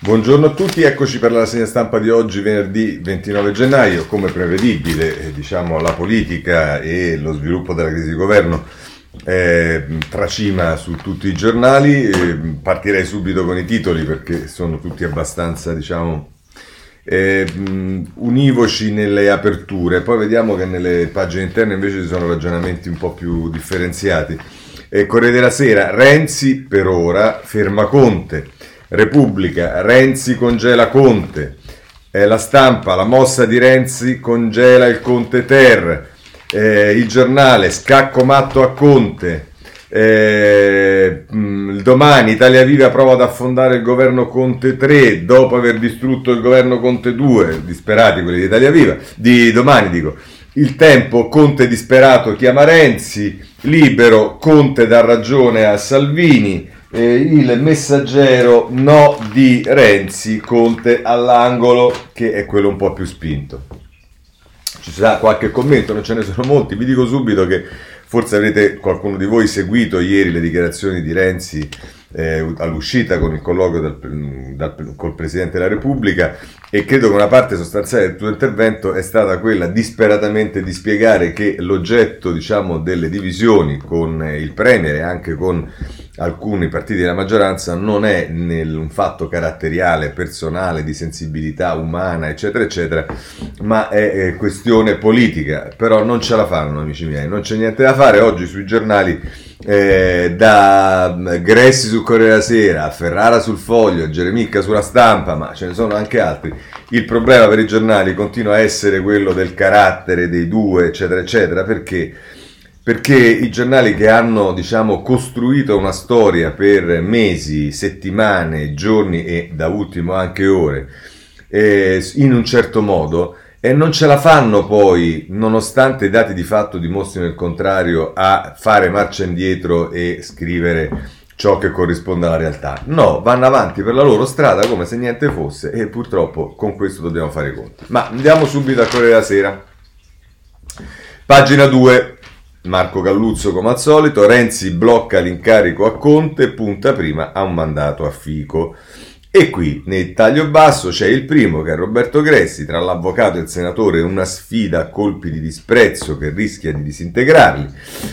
Buongiorno a tutti, eccoci per la rassegna stampa di oggi, venerdì 29 gennaio. Come prevedibile, la politica e lo sviluppo della crisi di governo tracima su tutti i giornali. Partirei subito con i titoli perché sono tutti abbastanza, univoci nelle aperture. Poi vediamo che nelle pagine interne invece ci sono ragionamenti un po' più differenziati. Corriere della Sera, Renzi per ora ferma Conte. Repubblica, Renzi congela Conte. La Stampa, la mossa di Renzi congela il Conte Ter. Il Giornale, scacco matto a Conte. Il Domani, Italia Viva prova ad affondare il governo Conte 3 dopo aver distrutto il governo Conte 2, disperati quelli di Italia Viva, di Domani dico. Il Tempo, Conte disperato chiama Renzi. Libero, Conte dà ragione a Salvini. Il Messaggero, no di Renzi, Conte all'angolo, che è quello un po' più spinto. Ci sarà qualche commento, non ce ne sono molti. Vi dico subito che forse avrete qualcuno di voi seguito ieri le dichiarazioni di Renzi all'uscita con il colloquio col Presidente della Repubblica, e credo che una parte sostanziale del tuo intervento è stata quella disperatamente di spiegare che l'oggetto delle divisioni con il Premier e anche con alcuni partiti della maggioranza non è un fatto caratteriale, personale, di sensibilità umana, eccetera, eccetera, ma è questione politica. Però non ce la fanno, amici miei, non c'è niente da fare. Oggi sui giornali, da Gressi sul Corriere della Sera, a Ferrara sul Foglio, a Geremicca sulla Stampa, ma ce ne sono anche altri, il problema per i giornali continua a essere quello del carattere dei due, eccetera, eccetera, perché i giornali che hanno, costruito una storia per mesi, settimane, giorni e da ultimo anche ore, in un certo modo, e non ce la fanno poi, nonostante i dati di fatto dimostrino il contrario, a fare marcia indietro e scrivere ciò che corrisponde alla realtà. No, vanno avanti per la loro strada come se niente fosse, e purtroppo con questo dobbiamo fare i conti. Ma andiamo subito a Corriere della Sera. Pagina 2. Marco Galluzzo come al solito, Renzi blocca l'incarico a Conte, punta prima a un mandato a Fico. E qui nel taglio basso c'è il primo, che è Roberto Gressi, tra l'avvocato e il senatore una sfida a colpi di disprezzo che rischia di disintegrarli.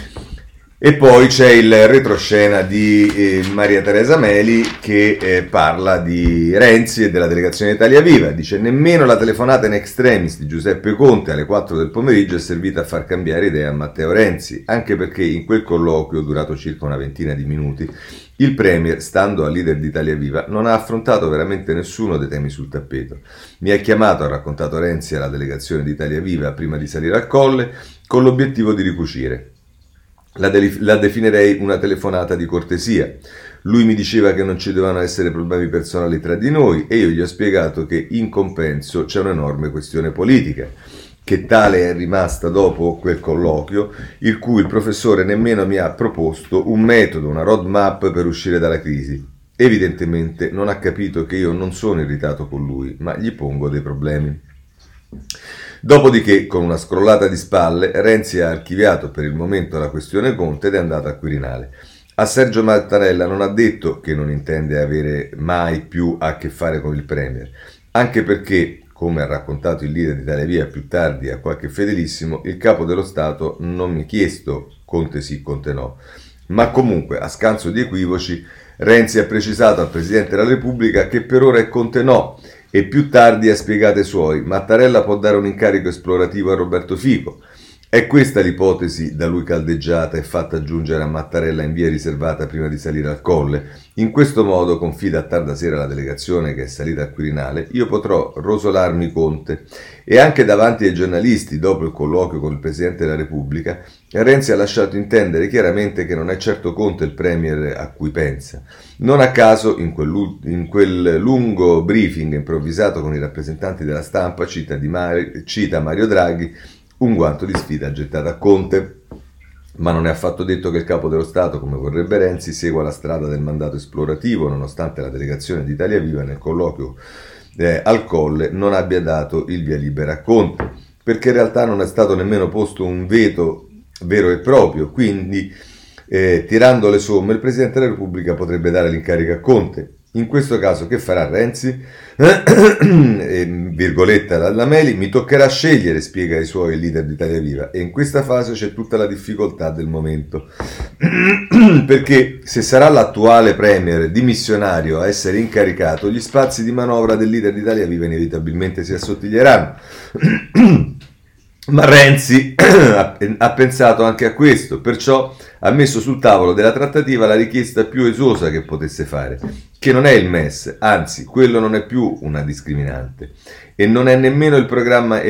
E poi c'è il retroscena di Maria Teresa Meli che parla di Renzi e della delegazione Italia Viva. Dice: nemmeno la telefonata in extremis di Giuseppe Conte alle 4 del pomeriggio è servita a far cambiare idea a Matteo Renzi, anche perché in quel colloquio, durato circa una ventina di minuti, il Premier, stando al leader di Italia Viva, non ha affrontato veramente nessuno dei temi sul tappeto. Mi ha chiamato, ha raccontato Renzi, alla delegazione di Italia Viva prima di salire al Colle, con l'obiettivo di ricucire. La definirei una telefonata di cortesia. Lui mi diceva che non ci dovevano essere problemi personali tra di noi e io gli ho spiegato che in compenso c'è un'enorme questione politica, che tale è rimasta dopo quel colloquio, il cui il professore nemmeno mi ha proposto un metodo, una roadmap per uscire dalla crisi. Evidentemente non ha capito che io non sono irritato con lui, ma gli pongo dei problemi. Dopodiché, con una scrollata di spalle, Renzi ha archiviato per il momento la questione Conte ed è andato al Quirinale. A Sergio Mattarella non ha detto che non intende avere mai più a che fare con il Premier, anche perché, come ha raccontato il leader di Italia Viva più tardi a qualche fedelissimo, il capo dello Stato non mi ha chiesto Conte sì, Conte no. Ma comunque, a scanso di equivoci, Renzi ha precisato al Presidente della Repubblica che per ora è Conte no, e più tardi ha spiegato ai suoi: Mattarella può dare un incarico esplorativo a Roberto Fico. È questa l'ipotesi da lui caldeggiata e fatta giungere a Mattarella in via riservata prima di salire al Colle. In questo modo, confida a tarda sera la delegazione che è salita al Quirinale, io potrò rosolarmi Conte. E anche davanti ai giornalisti, dopo il colloquio con il Presidente della Repubblica, Renzi ha lasciato intendere chiaramente che non è certo Conte il Premier a cui pensa. Non a caso, in quel lungo briefing improvvisato con i rappresentanti della stampa, cita Mario Draghi, un guanto di sfida gettato a Conte. Ma non è affatto detto che il capo dello Stato, come vorrebbe Renzi, segua la strada del mandato esplorativo, nonostante la delegazione di Italia Viva nel colloquio al Colle non abbia dato il via libera a Conte, perché in realtà non è stato nemmeno posto un veto vero e proprio. Quindi, tirando le somme, il Presidente della Repubblica potrebbe dare l'incarico a Conte. In questo caso che farà Renzi? Virgoletta dalla Meli, mi toccherà scegliere, spiega ai suoi leader di Italia Viva, e in questa fase c'è tutta la difficoltà del momento. Perché se sarà l'attuale premier dimissionario a essere incaricato, gli spazi di manovra del leader di Italia Viva inevitabilmente si assottiglieranno. Ma Renzi ha pensato anche a questo, perciò ha messo sul tavolo della trattativa la richiesta più esosa che potesse fare, che non è il MES, anzi, quello non è più una discriminante e non è nemmeno il programma.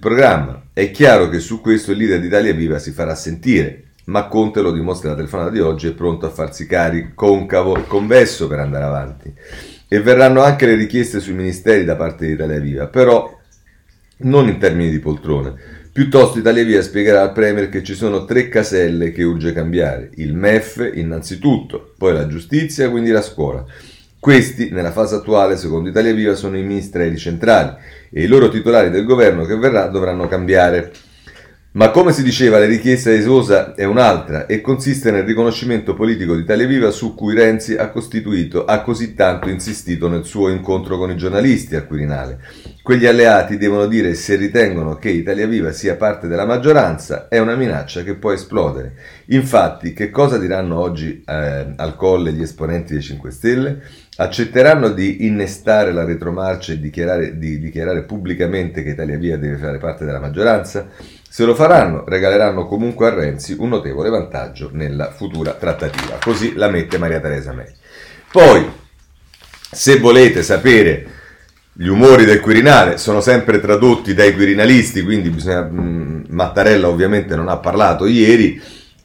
È chiaro che su questo il leader di Italia Viva si farà sentire, ma Conte lo dimostra la telefonata di oggi, è pronto a farsi concavo e convesso per andare avanti. E verranno anche le richieste sui ministeri da parte di Italia Viva, però non in termini di poltrone. Piuttosto Italia Viva spiegherà al Premier che ci sono 3 caselle che urge cambiare. Il MEF innanzitutto, poi la giustizia, quindi la scuola. Questi, nella fase attuale, secondo Italia Viva, sono i ministeri centrali e i loro titolari del governo che verrà dovranno cambiare. Ma come si diceva, la richiesta esosa è un'altra e consiste nel riconoscimento politico di Italia Viva su cui Renzi ha così tanto insistito nel suo incontro con i giornalisti al Quirinale. Quegli alleati devono dire se ritengono che Italia Viva sia parte della maggioranza, è una minaccia che può esplodere. Infatti, che cosa diranno oggi al Colle gli esponenti dei 5 Stelle? Accetteranno di innestare la retromarcia e di dichiarare pubblicamente che Italia Viva deve fare parte della maggioranza? Se lo faranno, regaleranno comunque a Renzi un notevole vantaggio nella futura trattativa. Così la mette Maria Teresa Mei. Poi, se volete sapere gli umori del Quirinale, sono sempre tradotti dai quirinalisti, quindi Mattarella ovviamente non ha parlato ieri,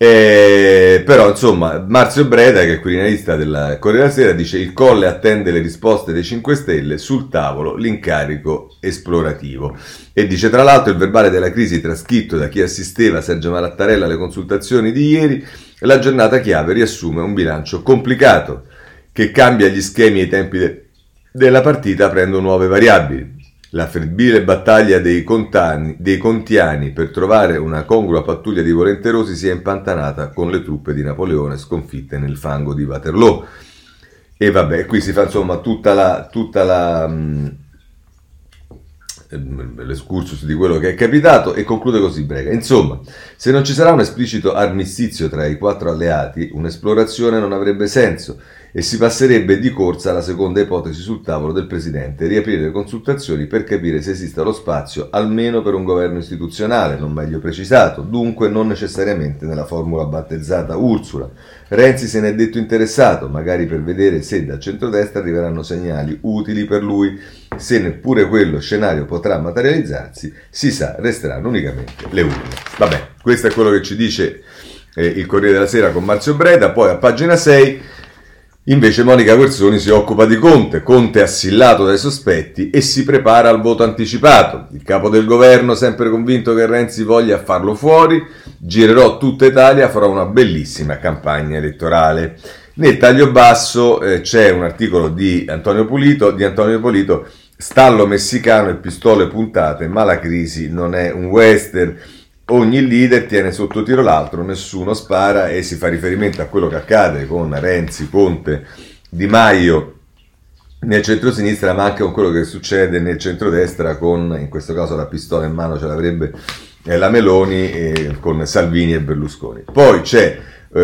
però insomma Marzio Breda, che è il quirinalista del Corriere della Sera, dice il Colle attende le risposte dei 5 Stelle, sul tavolo l'incarico esplorativo, e dice tra l'altro il verbale della crisi trascritto da chi assisteva Sergio Mattarella alle consultazioni di ieri, la giornata chiave riassume un bilancio complicato che cambia gli schemi e i tempi della partita aprendo nuove variabili. La febbrile battaglia dei contiani per trovare una congrua pattuglia di volenterosi si è impantanata con le truppe di Napoleone sconfitte nel fango di Waterloo. E vabbè, qui si fa insomma tutta l'escursus di quello che è capitato e conclude così Brega. Insomma, se non ci sarà un esplicito armistizio tra i 4 alleati, un'esplorazione non avrebbe senso e si passerebbe di corsa alla seconda ipotesi sul tavolo del Presidente, riaprire le consultazioni per capire se esista lo spazio almeno per un governo istituzionale, non meglio precisato, dunque non necessariamente nella formula battezzata Ursula. Renzi se ne è detto interessato, magari per vedere se da centrodestra arriveranno segnali utili per lui. Se neppure quello scenario potrà materializzarsi, si sa, resteranno unicamente le urne. Vabbè, questo è quello che ci dice il Corriere della Sera con Marzio Breda. Poi a pagina 6 invece Monica Guerzoni si occupa di Conte. Conte è assillato dai sospetti e si prepara al voto anticipato. Il capo del governo, sempre convinto che Renzi voglia farlo fuori, girerò tutta Italia, farò una bellissima campagna elettorale. Nel taglio basso c'è un articolo di Antonio Polito, stallo messicano e pistole puntate, ma la crisi non è un western. Ogni leader tiene sotto tiro l'altro, nessuno spara, e si fa riferimento a quello che accade con Renzi, Conte, Di Maio nel centro-sinistra, ma anche con quello che succede nel centrodestra con, in questo caso la pistola in mano ce l'avrebbe la Meloni, con Salvini e Berlusconi. Poi c'è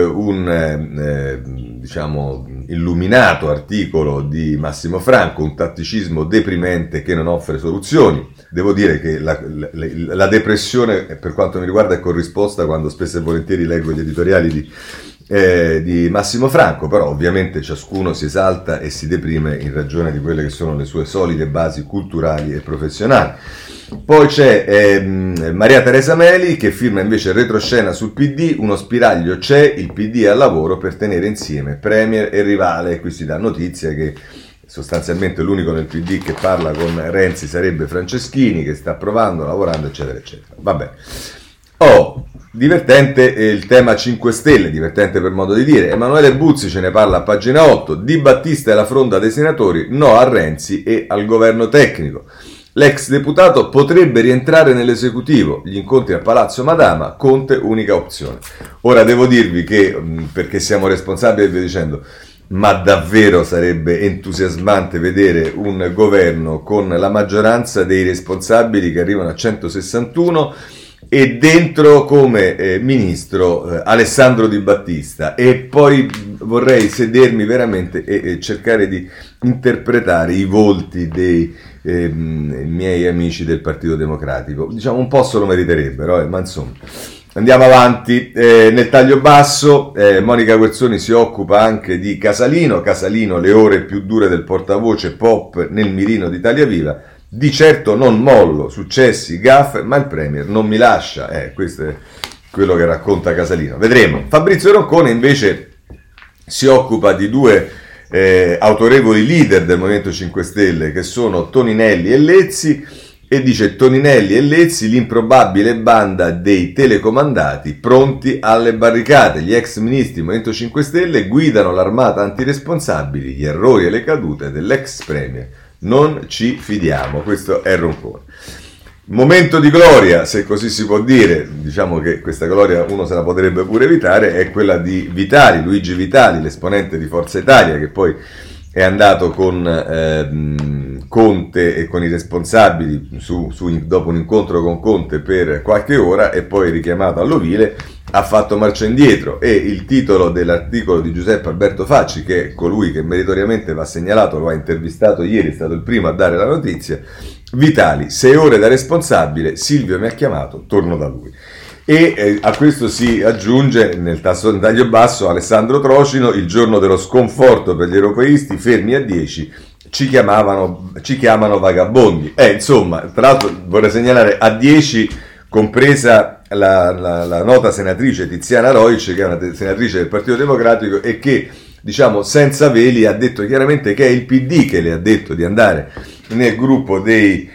diciamo illuminato articolo di Massimo Franco, un tatticismo deprimente che non offre soluzioni. Devo dire che la depressione per quanto mi riguarda è corrisposta quando spesso e volentieri leggo gli editoriali di Massimo Franco, però ovviamente ciascuno si esalta e si deprime in ragione di quelle che sono le sue solide basi culturali e professionali. Poi c'è Maria Teresa Meli che firma invece retroscena sul PD, uno spiraglio c'è, il PD è al lavoro per tenere insieme Premier e rivale. Qui si dà notizia che sostanzialmente l'unico nel PD che parla con Renzi sarebbe Franceschini, che sta provando, lavorando, eccetera, eccetera. Vabbè. Divertente il tema 5 Stelle, divertente per modo di dire. Emanuele Buzzi ce ne parla a pagina 8, Di Battista e la fronda dei senatori, no a Renzi e al governo tecnico. L'ex deputato potrebbe rientrare nell'esecutivo, gli incontri a Palazzo Madama, Conte unica opzione. Ora devo dirvi che, perché siamo responsabili e via dicendo, ma davvero sarebbe entusiasmante vedere un governo con la maggioranza dei responsabili che arrivano a 161 e dentro come ministro Alessandro Di Battista, e poi vorrei sedermi veramente e cercare di interpretare i volti dei miei amici del Partito Democratico. Diciamo un po' se lo meriterebbero, ma insomma. Andiamo avanti, nel taglio basso Monica Guerzoni si occupa anche di Casalino, le ore più dure del portavoce pop nel mirino di Italia Viva, di certo non mollo, successi, gaffe, ma il Premier non mi lascia, questo è quello che racconta Casalino, vedremo. Fabrizio Roncone invece si occupa di due autorevoli leader del Movimento 5 Stelle che sono Toninelli e Lezzi, e dice: Toninelli e Lezzi, l'improbabile banda dei telecomandati pronti alle barricate. Gli ex ministri del Movimento 5 Stelle guidano l'armata antiresponsabili, gli errori e le cadute dell'ex premier. Non ci fidiamo. Questo è Roncone. Momento di gloria, se così si può dire, diciamo che questa gloria uno se la potrebbe pure evitare, è quella di Vitali, Luigi Vitali, l'esponente di Forza Italia, che poi è andato con Conte e con i responsabili dopo un incontro con Conte per qualche ora e poi richiamato all'ovile, ha fatto marcia indietro, e il titolo dell'articolo di Giuseppe Alberto Facci, che è colui che meritoriamente va segnalato, lo ha intervistato ieri, è stato il primo a dare la notizia: Vitali, 6 ore da responsabile, Silvio mi ha chiamato, torno da lui. E a questo si aggiunge nel taglio basso Alessandro Trocino: il giorno dello sconforto per gli europeisti, fermi a 10, ci chiamano vagabondi. Insomma, tra l'altro vorrei segnalare a 10 compresa la nota senatrice Tiziana Roic, che è una senatrice del Partito Democratico e che, diciamo, senza veli ha detto chiaramente che è il PD che le ha detto di andare nel gruppo dei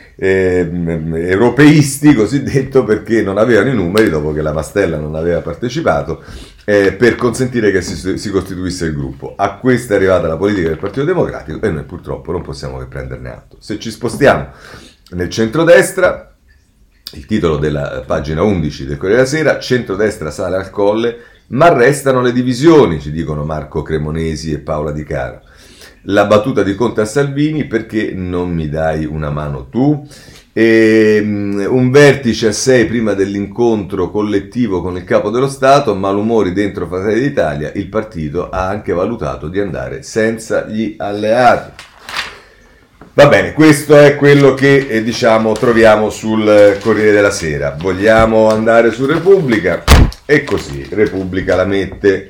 europeisti cosiddetto, perché non avevano i numeri dopo che la Mastella non aveva partecipato, per consentire che si costituisse il gruppo. A questo è arrivata la politica del Partito Democratico e noi purtroppo non possiamo che prenderne atto. Se ci spostiamo nel centrodestra, il titolo della pagina 11 del Corriere della Sera: centrodestra sale al Colle ma restano le divisioni, ci dicono Marco Cremonesi e Paola Di Caro. La battuta di Conte a Salvini: perché non mi dai una mano tu? Un vertice a 6 prima dell'incontro collettivo con il capo dello Stato, malumori dentro Fratelli d'Italia, il partito ha anche valutato di andare senza gli alleati. Va bene, questo è quello che diciamo troviamo sul Corriere della Sera. Vogliamo andare su Repubblica? E così Repubblica la mette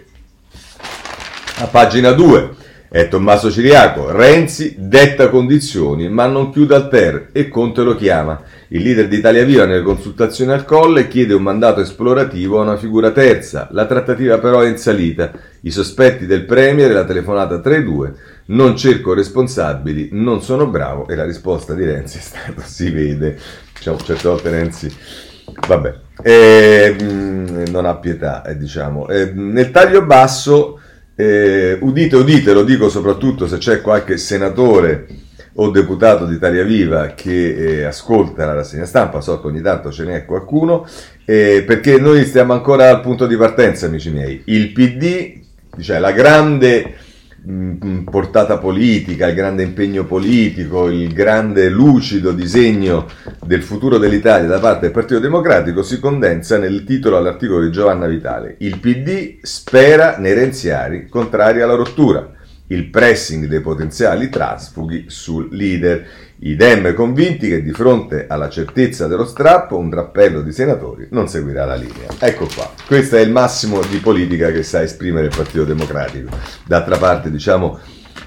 a pagina 2. È Tommaso Ciriaco: Renzi detta condizioni ma non chiude al TER e Conte lo chiama. Il leader di Italia Viva nelle consultazioni al Colle chiede un mandato esplorativo a una figura terza. La trattativa però è in salita. I sospetti del Premier e la telefonata tra i due. Non cerco responsabili, non sono bravo. E la risposta di Renzi è stata: si vede. Diciamo, certe volte Renzi, vabbè, non ha pietà, diciamo. Nel taglio basso, udite, lo dico soprattutto se c'è qualche senatore o deputato di Italia Viva che ascolta la rassegna stampa, so che ogni tanto ce n'è qualcuno, perché noi stiamo ancora al punto di partenza, amici miei. Il PD, cioè la grande portata politica, il grande impegno politico, il grande lucido disegno del futuro dell'Italia da parte del Partito Democratico si condensa nel titolo all'articolo di Giovanna Vitale: il PD spera nei renziari contrari alla rottura, il pressing dei potenziali trasfughi sul leader, i Dem convinti che di fronte alla certezza dello strappo un drappello di senatori non seguirà la linea. Ecco qua, questo è il massimo di politica che sa esprimere il Partito Democratico. D'altra parte, diciamo,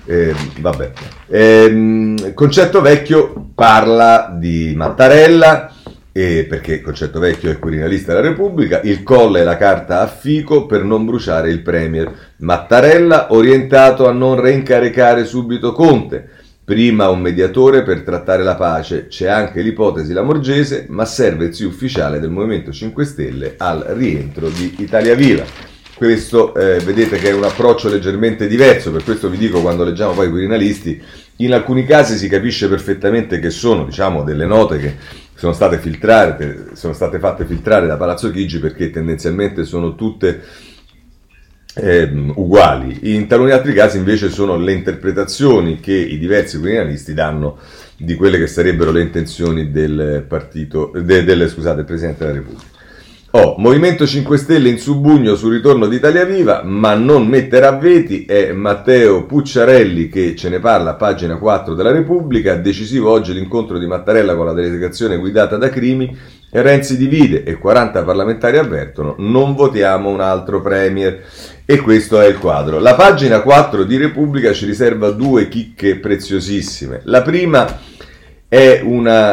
Concetto Vecchio parla di Mattarella, perché Concetto Vecchio è il quirinalista della Repubblica. Il Colle è la carta a Fico per non bruciare il Premier. Mattarella orientato a non reincaricare subito Conte. Prima un mediatore per trattare la pace, c'è anche l'ipotesi Lamorgese, ma serve il sì ufficiale del Movimento 5 Stelle al rientro di Italia Viva. Questo vedete che è un approccio leggermente diverso, per questo vi dico, quando leggiamo poi i quirinalisti, in alcuni casi si capisce perfettamente che sono, diciamo, delle note che sono state fatte filtrare da Palazzo Chigi, perché tendenzialmente sono tutte uguali. In taluni altri casi invece sono le interpretazioni che i diversi quirinalisti danno di quelle che sarebbero le intenzioni del partito, del Presidente della Repubblica. Movimento 5 Stelle in subugno sul ritorno di Italia Viva, ma non metterà veti. È Matteo Pucciarelli che ce ne parla a pagina 4 della Repubblica. Decisivo oggi l'incontro di Mattarella con la delegazione guidata da Crimi. Renzi divide e 40 parlamentari avvertono: non votiamo un altro premier. E questo è il quadro. La pagina 4 di Repubblica ci riserva due chicche preziosissime. La prima è una,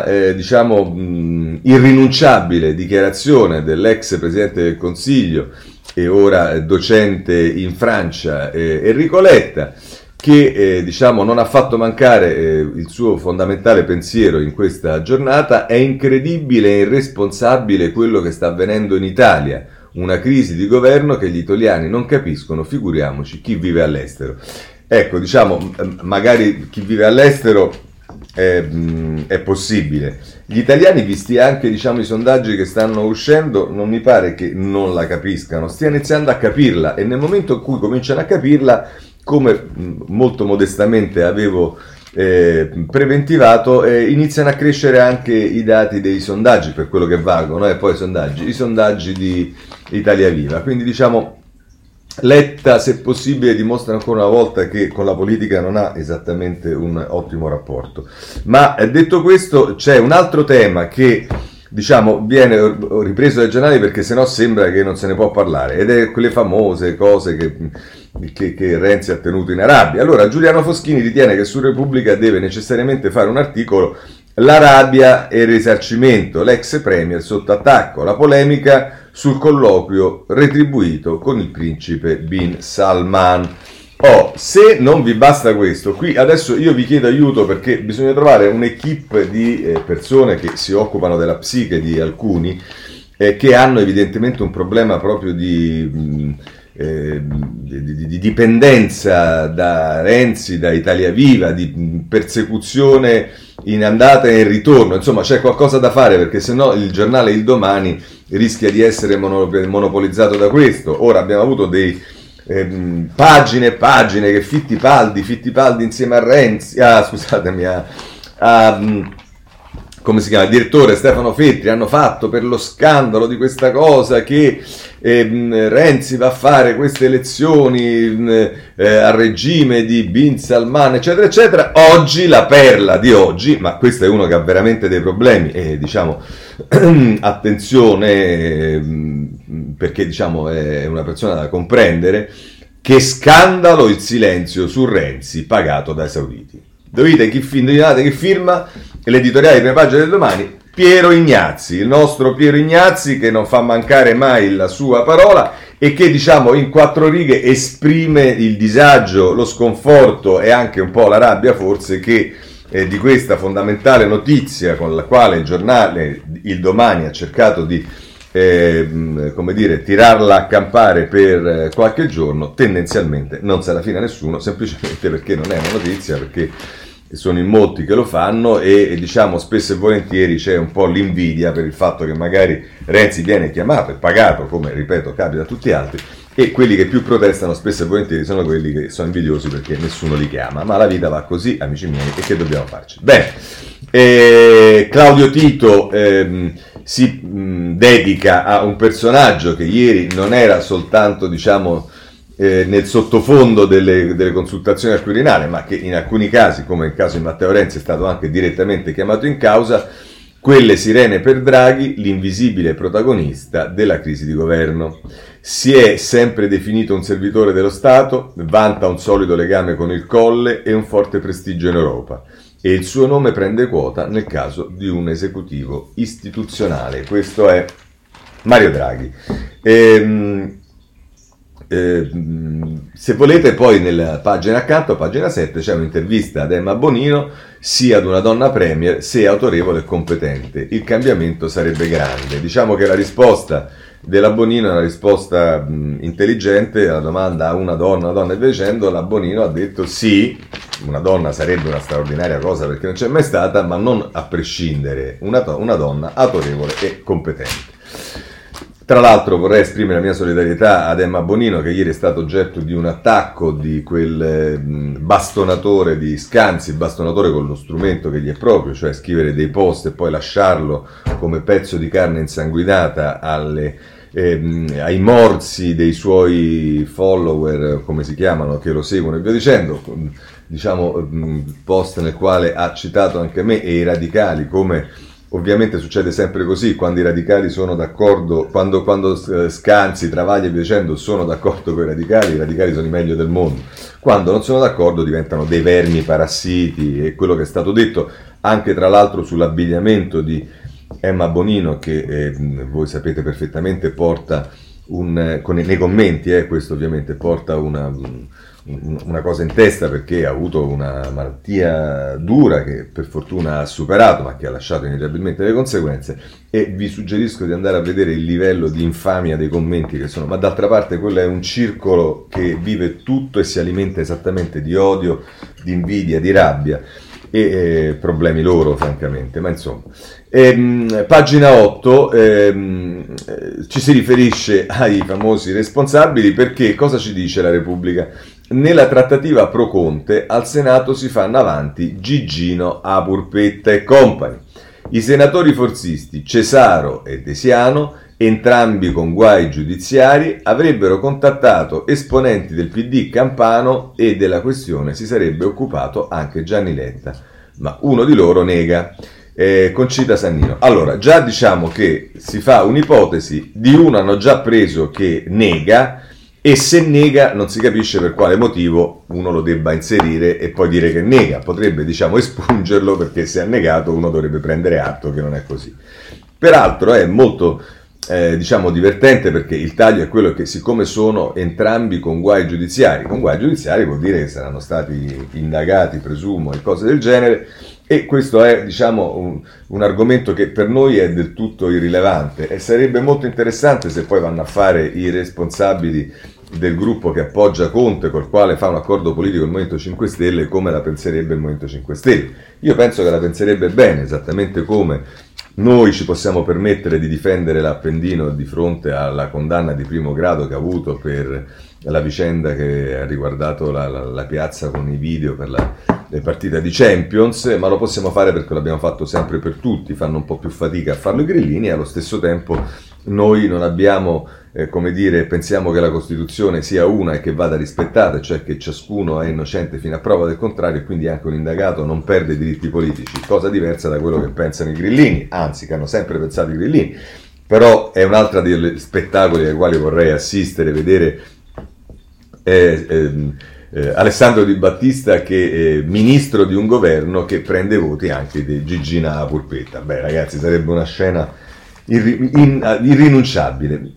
irrinunciabile dichiarazione dell'ex Presidente del Consiglio e ora docente in Francia, Enrico Letta, che non ha fatto mancare il suo fondamentale pensiero in questa giornata. È incredibile e irresponsabile quello che sta avvenendo in Italia, una crisi di governo che gli italiani non capiscono, figuriamoci chi vive all'estero. Ecco, magari chi vive all'estero è possibile. Gli italiani, visti anche i sondaggi che stanno uscendo, non mi pare che non la capiscano, stia iniziando a capirla, e nel momento in cui cominciano a capirla, come molto modestamente avevo preventivato, iniziano a crescere anche i dati dei sondaggi, per quello che valgono, e poi i sondaggi di Italia Viva. Quindi Letta, se possibile, dimostra ancora una volta che con la politica non ha esattamente un ottimo rapporto. Ma detto questo, c'è un altro tema che viene ripreso dai giornali perché sennò sembra che non se ne può parlare, ed è quelle famose cose che Renzi ha tenuto in Arabia. Allora Giuliano Foschini ritiene che su Repubblica deve necessariamente fare un articolo: l'Arabia e il risarcimento, l'ex premier sotto attacco, la polemica sul colloquio retribuito con il principe bin Salman. Se non vi basta questo, qui adesso io vi chiedo aiuto, perché bisogna trovare un'equipe di persone che si occupano della psiche di alcuni che hanno evidentemente un problema proprio di dipendenza da Renzi, da Italia Viva, di persecuzione in andata e in ritorno. Insomma, c'è qualcosa da fare, perché sennò il giornale Il Domani rischia di essere monopolizzato da questo. Ora abbiamo avuto pagine e pagine che Fittipaldi insieme a Renzi, come si chiama, il direttore Stefano Feltri, hanno fatto per lo scandalo di questa cosa che Renzi va a fare queste elezioni al regime di bin Salman, eccetera eccetera. Oggi, la perla di oggi, ma questo è uno che ha veramente dei problemi, attenzione, perché è una persona da comprendere: che scandalo il silenzio su Renzi pagato dai sauditi. Indovinate chi firma l'editoriale di prima pagina del Domani? Piero Ignazzi, il nostro Piero Ignazzi, che non fa mancare mai la sua parola e che in 4 righe esprime il disagio, lo sconforto e anche un po' la rabbia, forse, che di questa fondamentale notizia con la quale il giornale Il Domani ha cercato di tirarla a campare per qualche giorno. Tendenzialmente non se la fila nessuno, semplicemente perché non è una notizia, perché sono in molti che lo fanno e spesso e volentieri c'è un po' l'invidia per il fatto che magari Renzi viene chiamato e pagato, come ripeto capita a tutti gli altri, e quelli che più protestano spesso e volentieri sono quelli che sono invidiosi perché nessuno li chiama. Ma la vita va così, amici miei, e che dobbiamo farci? Bene, Claudio Tito si dedica a un personaggio che ieri non era soltanto nel sottofondo delle consultazioni al Quirinale, ma che in alcuni casi, come nel caso di Matteo Renzi, è stato anche direttamente chiamato in causa: quelle sirene per Draghi, l'invisibile protagonista della crisi di governo. Si è sempre definito un servitore dello Stato, vanta un solido legame con il Colle e un forte prestigio in Europa, e il suo nome prende quota nel caso di un esecutivo istituzionale. Questo è Mario Draghi. Se volete, poi nella pagina accanto, pagina 7, c'è un'intervista ad Emma Bonino: sia ad una donna premier se autorevole e competente, il cambiamento sarebbe grande. Che la risposta della Bonino è una risposta intelligente alla domanda: a una donna e via dicendo. La Bonino ha detto sì, una donna sarebbe una straordinaria cosa perché non c'è mai stata, ma non a prescindere, una donna autorevole e competente. Tra l'altro vorrei esprimere la mia solidarietà ad Emma Bonino, che ieri è stato oggetto di un attacco di quel bastonatore di Scanzi, bastonatore con lo strumento che gli è proprio, cioè scrivere dei post e poi lasciarlo come pezzo di carne insanguinata ai morsi dei suoi follower, come si chiamano, che lo seguono e via dicendo, diciamo post nel quale ha citato anche me e i radicali, come ovviamente succede sempre così, quando i radicali sono d'accordo, quando Scanzi, Travaglia e via dicendo sono d'accordo con i radicali sono i meglio del mondo. Quando non sono d'accordo diventano dei vermi parassiti, e quello che è stato detto anche tra l'altro sull'abbigliamento di Emma Bonino, che voi sapete perfettamente porta nei commenti, questo ovviamente porta una cosa in testa, perché ha avuto una malattia dura che per fortuna ha superato, ma che ha lasciato inevitabilmente le conseguenze, e vi suggerisco di andare a vedere il livello di infamia dei commenti che sono, ma d'altra parte quello è un circolo che vive tutto e si alimenta esattamente di odio, di invidia, di rabbia e problemi loro francamente, ma insomma. Pagina 8 ci si riferisce ai famosi responsabili, perché cosa ci dice la Repubblica? Nella trattativa pro Conte al Senato si fanno avanti Gigino, Apurpetta e compagni. I senatori forzisti Cesaro e De Siano, entrambi con guai giudiziari, avrebbero contattato esponenti del PD campano e della questione si sarebbe occupato anche Gianni Letta, ma uno di loro nega. Concita Sannino. Allora, già diciamo che si fa un'ipotesi, di uno hanno già preso che nega, e se nega non si capisce per quale motivo uno lo debba inserire e poi dire che nega, potrebbe diciamo espungerlo, perché se ha negato uno dovrebbe prendere atto che non è così. Peraltro è molto diciamo divertente, perché il taglio è quello che, siccome sono entrambi con guai giudiziari vuol dire che saranno stati indagati, presumo, e cose del genere, e questo è diciamo un argomento che per noi è del tutto irrilevante, e sarebbe molto interessante se poi vanno a fare i responsabili del gruppo che appoggia Conte, col quale fa un accordo politico il Movimento 5 Stelle, come la penserebbe il Movimento 5 Stelle. Io penso che la penserebbe bene, esattamente come noi ci possiamo permettere di difendere l'Appendino di fronte alla condanna di primo grado che ha avuto per la vicenda che ha riguardato la piazza con i video per la partita di Champions, ma lo possiamo fare perché l'abbiamo fatto sempre per tutti, fanno un po' più fatica a farlo i grillini, e allo stesso tempo noi non abbiamo, come dire, pensiamo che la Costituzione sia una e che vada rispettata, cioè che ciascuno è innocente fino a prova del contrario, e quindi anche un indagato non perde diritti politici, cosa diversa da quello che pensano i grillini, anzi che hanno sempre pensato i grillini. Però è un'altra degli spettacoli ai quali vorrei assistere, vedere Alessandro Di Battista che ministro di un governo che prende voti anche di Gigina Apurpetta. Beh ragazzi, sarebbe una scena irrinunciabile.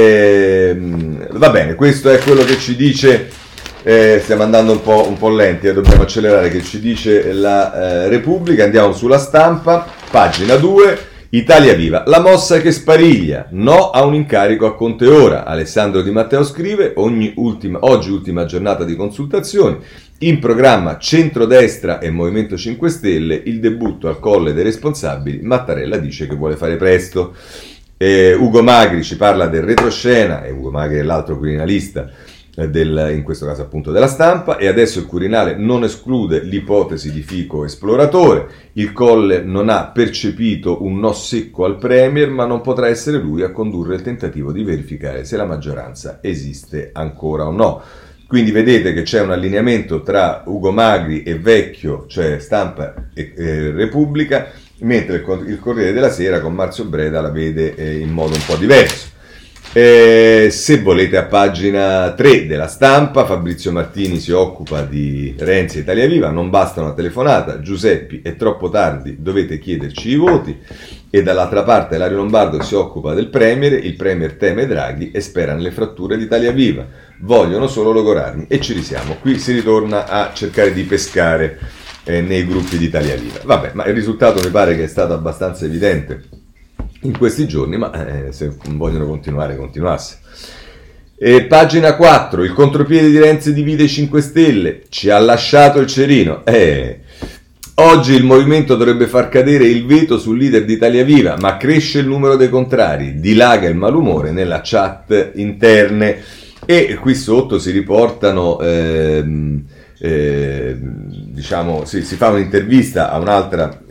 Va bene, questo è quello che ci dice, stiamo andando un po' lenti, dobbiamo accelerare, che ci dice la Repubblica. Andiamo sulla Stampa, pagina 2. Italia Viva, la mossa che spariglia, no a un incarico a Conte ora. Alessandro Di Matteo scrive, oggi ultima giornata di consultazioni, in programma centrodestra e Movimento 5 Stelle, il debutto al Colle dei responsabili, Mattarella dice che vuole fare presto. Ugo Magri ci parla del retroscena, e Ugo Magri è l'altro criminalista in questo caso appunto della Stampa, e adesso il Quirinale non esclude l'ipotesi di Fico esploratore, il Colle non ha percepito un no secco al Premier, ma non potrà essere lui a condurre il tentativo di verificare se la maggioranza esiste ancora o no. Quindi vedete che c'è un allineamento tra Ugo Magri e Vecchio, cioè Stampa e Repubblica, mentre il Corriere della Sera con Marzio Breda la vede in modo un po' diverso. Se volete, a pagina 3 della Stampa, Fabrizio Martini si occupa di Renzi e Italia Viva, non basta una telefonata, Giuseppi è troppo tardi, dovete chiederci i voti, e dall'altra parte Lario Lombardo si occupa del Premier, il Premier teme Draghi e spera nelle fratture di Italia Viva, vogliono solo logorarmi, e ci risiamo, qui si ritorna a cercare di pescare nei gruppi di Italia Viva. Vabbè, ma il risultato mi pare che è stato abbastanza evidente in questi giorni, ma se vogliono continuasse. Pagina 4, il contropiede di Renzi divide i 5 Stelle, ci ha lasciato il cerino. Oggi il movimento dovrebbe far cadere il veto sul leader di Italia Viva, ma cresce il numero dei contrari, dilaga il malumore nella chat interne. E qui sotto si riportano, diciamo, si fa un'intervista a un'altra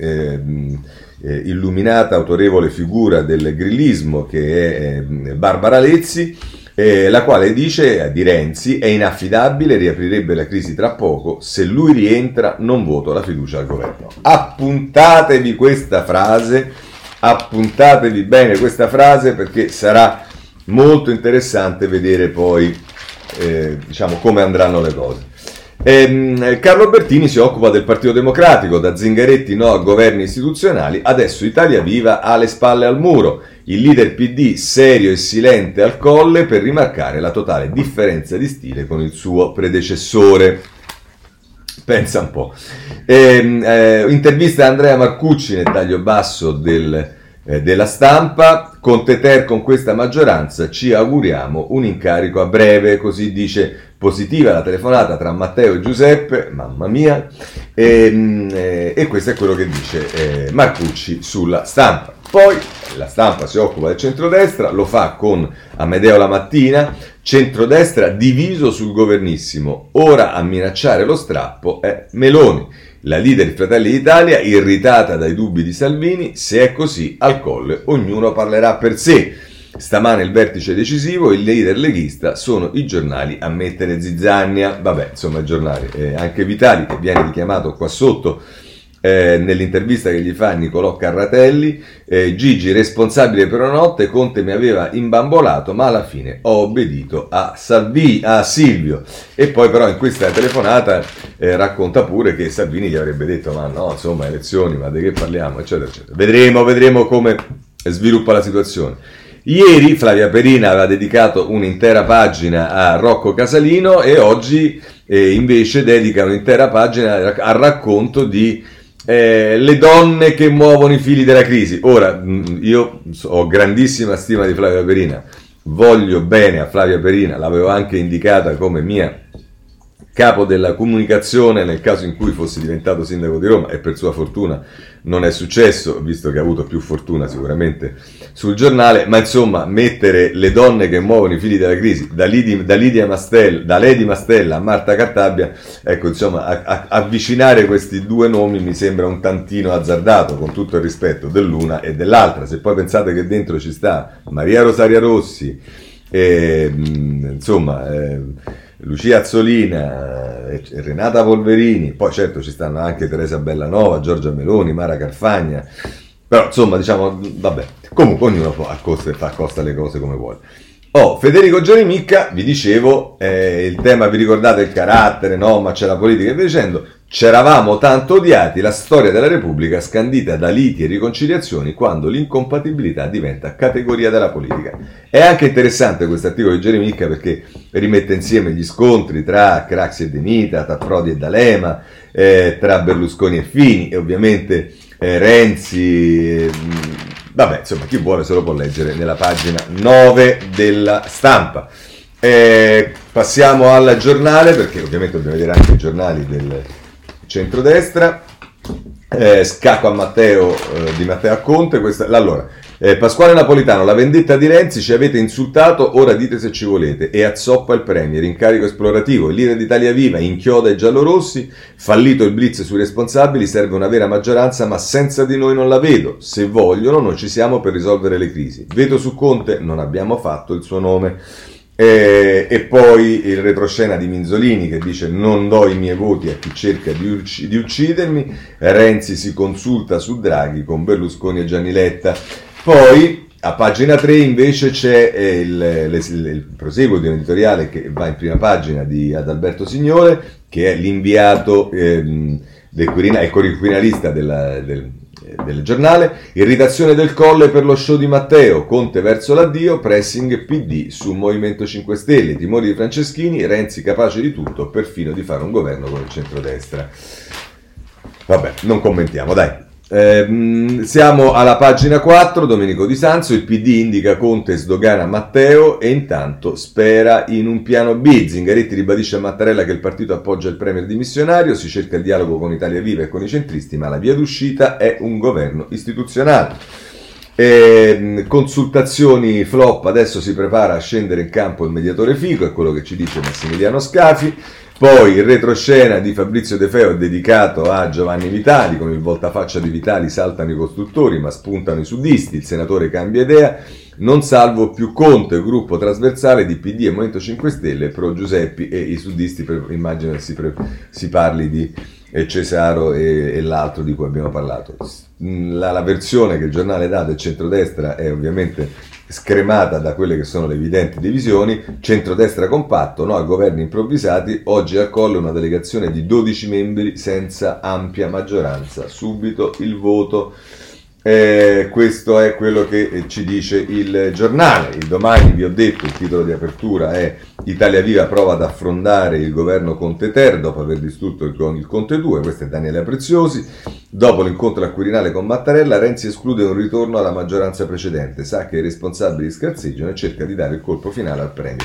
illuminata, autorevole figura del grillismo, che è Barbara Lezzi, la quale dice di Renzi: è inaffidabile, riaprirebbe la crisi tra poco, se lui rientra non voto la fiducia al governo. Appuntatevi questa frase, appuntatevi bene questa frase, perché sarà molto interessante vedere poi diciamo come andranno le cose. Carlo Bertini si occupa del Partito Democratico, da Zingaretti no a governi istituzionali, adesso Italia Viva ha le spalle al muro, il leader PD serio e silente al Colle per rimarcare la totale differenza di stile con il suo predecessore. Pensa un po'. Intervista a Andrea Marcucci nel taglio basso della Stampa. Conte Ter: con questa maggioranza ci auguriamo un incarico a breve, così dice. Positiva la telefonata tra Matteo e Giuseppe, mamma mia, e questo è quello che dice Marcucci sulla Stampa. Poi la Stampa si occupa del centrodestra, lo fa con Amedeo La Mattina: centrodestra diviso sul governissimo, ora a minacciare lo strappo è Meloni. La leader di Fratelli d'Italia irritata dai dubbi di Salvini: se è così al Colle ognuno parlerà per sé. Stamane il vertice decisivo, il leader leghista, sono i giornali a mettere zizzania. Vabbè, insomma, i giornali, anche Vitali, che viene richiamato qua sotto nell'intervista che gli fa Nicolò Carratelli, Gigi responsabile per una notte, Conte mi aveva imbambolato ma alla fine ho obbedito a Silvio. E poi però in questa telefonata racconta pure che Salvini gli avrebbe detto: ma no, insomma, elezioni, ma di che parliamo, eccetera eccetera. Vedremo come sviluppa la situazione. Ieri Flavia Perina aveva dedicato un'intera pagina a Rocco Casalino e oggi invece dedica un'intera pagina al racconto di le donne che muovono i fili della crisi. Ora, io ho grandissima stima di Flavia Perina, voglio bene a Flavia Perina, l'avevo anche indicata come mia capo della comunicazione nel caso in cui fossi diventato sindaco di Roma, e per sua fortuna non è successo, visto che ha avuto più fortuna sicuramente sul giornale. Ma insomma, mettere le donne che muovono i fili della crisi, da Lady Mastella a Marta Cartabia, ecco, insomma, avvicinare questi due nomi mi sembra un tantino azzardato, con tutto il rispetto dell'una e dell'altra. Se poi pensate che dentro ci sta Maria Rosaria Rossi, Lucia Azzolina, Renata Polverini, poi certo ci stanno anche Teresa Bellanova, Giorgia Meloni, Mara Carfagna, però insomma, diciamo, vabbè, comunque ognuno fa accosta le cose come vuole. Federico Gianimicca, vi dicevo, il tema, vi ricordate il carattere, no, ma c'è la politica e via dicendo. C'eravamo tanto odiati, la storia della Repubblica scandita da liti e riconciliazioni quando l'incompatibilità diventa categoria della politica. È anche interessante questo articolo di Gianimicca perché rimette insieme gli scontri tra Craxi e De Mita, tra Prodi e D'Alema, tra Berlusconi e Fini, e ovviamente Renzi. Vabbè, insomma, chi vuole se lo può leggere nella pagina 9 della Stampa. Passiamo al giornale, perché ovviamente dobbiamo vedere anche i giornali del centrodestra. Scacco a Matteo, di Matteo a Conte. Pasquale Napolitano: la vendetta di Renzi, ci avete insultato, ora dite se ci volete. E azzoppa il premier, incarico esplorativo. Il leader di Italia Viva inchioda i giallorossi, fallito il blitz sui responsabili, serve una vera maggioranza, ma senza di noi non la vedo. Se vogliono, noi ci siamo per risolvere le crisi. Veto su Conte, non abbiamo fatto il suo nome. E poi il retroscena di Minzolini che dice: non do i miei voti a chi cerca di uccidermi. Renzi si consulta su Draghi con Berlusconi e Gianni Letta. Poi a pagina 3 invece c'è il proseguo di un editoriale che va in prima pagina di Adalberto Signore, che è l'inviato del Quirinale, il quirinalista del giornale. Irritazione del Colle per lo show di Matteo, Conte verso l'addio, pressing PD su Movimento 5 Stelle, timori di Franceschini, Renzi capace di tutto, perfino di fare un governo con il centrodestra. Vabbè, non commentiamo, dai. Siamo alla pagina 4, Domenico Di Sanzo, il PD indica Conte e sdogana Matteo e intanto spera in un piano B. Zingaretti ribadisce a Mattarella che il partito appoggia il premier dimissionario, si cerca il dialogo con Italia Viva e con i centristi, ma la via d'uscita è un governo istituzionale. Consultazioni flop, adesso si prepara a scendere in campo il mediatore Fico, è quello che ci dice Massimiliano Scafi. Poi il retroscena di Fabrizio De Feo è dedicato a Giovanni Vitali, con il voltafaccia di Vitali saltano i costruttori ma spuntano i sudisti, il senatore cambia idea, non salvo più Conte, gruppo trasversale di PD e Movimento 5 Stelle, pro Giuseppi e i sudisti, immagino che si parli di Cesaro e l'altro di cui abbiamo parlato. La versione che il giornale dà del centrodestra è ovviamente scremata da quelle che sono le evidenti divisioni. Centrodestra compatto, no a governi improvvisati, oggi al Colle una delegazione di 12 membri senza ampia maggioranza, subito il voto. Questo è quello che ci dice il giornale. Il Domani, vi ho detto, il titolo di apertura è Italia Viva prova ad affrontare il governo Conte Ter dopo aver distrutto il Conte 2, questo è Daniele Preziosi. Dopo l'incontro al Quirinale con Mattarella, Renzi esclude un ritorno alla maggioranza precedente, sa che i responsabili scarseggiano e cerca di dare il colpo finale al premio.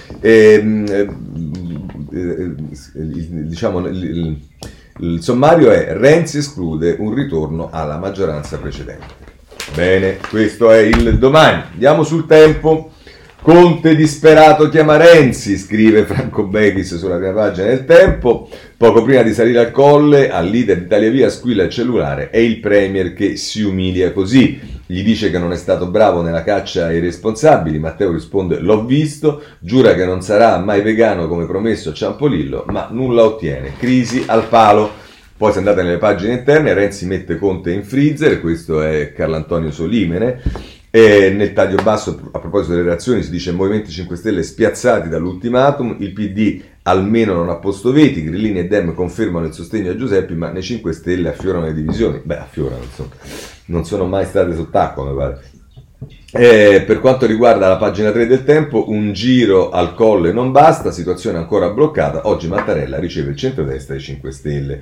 Il sommario è: Renzi esclude un ritorno alla maggioranza precedente. Bene, questo è il Domani. Andiamo sul Tempo. Conte disperato chiama Renzi, scrive Franco Bechis sulla prima pagina del Tempo. Poco prima di salire al Colle, al leader di Italia Via squilla il cellulare. È il premier che si umilia così. Gli dice che non è stato bravo nella caccia ai responsabili. Matteo risponde: l'ho visto. Giura che non sarà mai vegano come promesso a Ciampolillo, ma nulla ottiene. Crisi al palo. Poi se andate nelle pagine interne, Renzi mette Conte in freezer, questo è Carlantonio Solimene. E nel taglio basso, a proposito delle reazioni, si dice: Movimento 5 Stelle spiazzati dall'ultimatum, il PD almeno non ha posto veti, Grillini e Dem confermano il sostegno a Giuseppi, ma nei 5 Stelle affiorano le divisioni. Beh, affiorano, insomma, non sono mai state sott'acqua, mi pare. Per quanto riguarda la pagina 3 del Tempo, un giro al Colle non basta, situazione ancora bloccata, oggi Mattarella riceve il centrodestra e i 5 Stelle.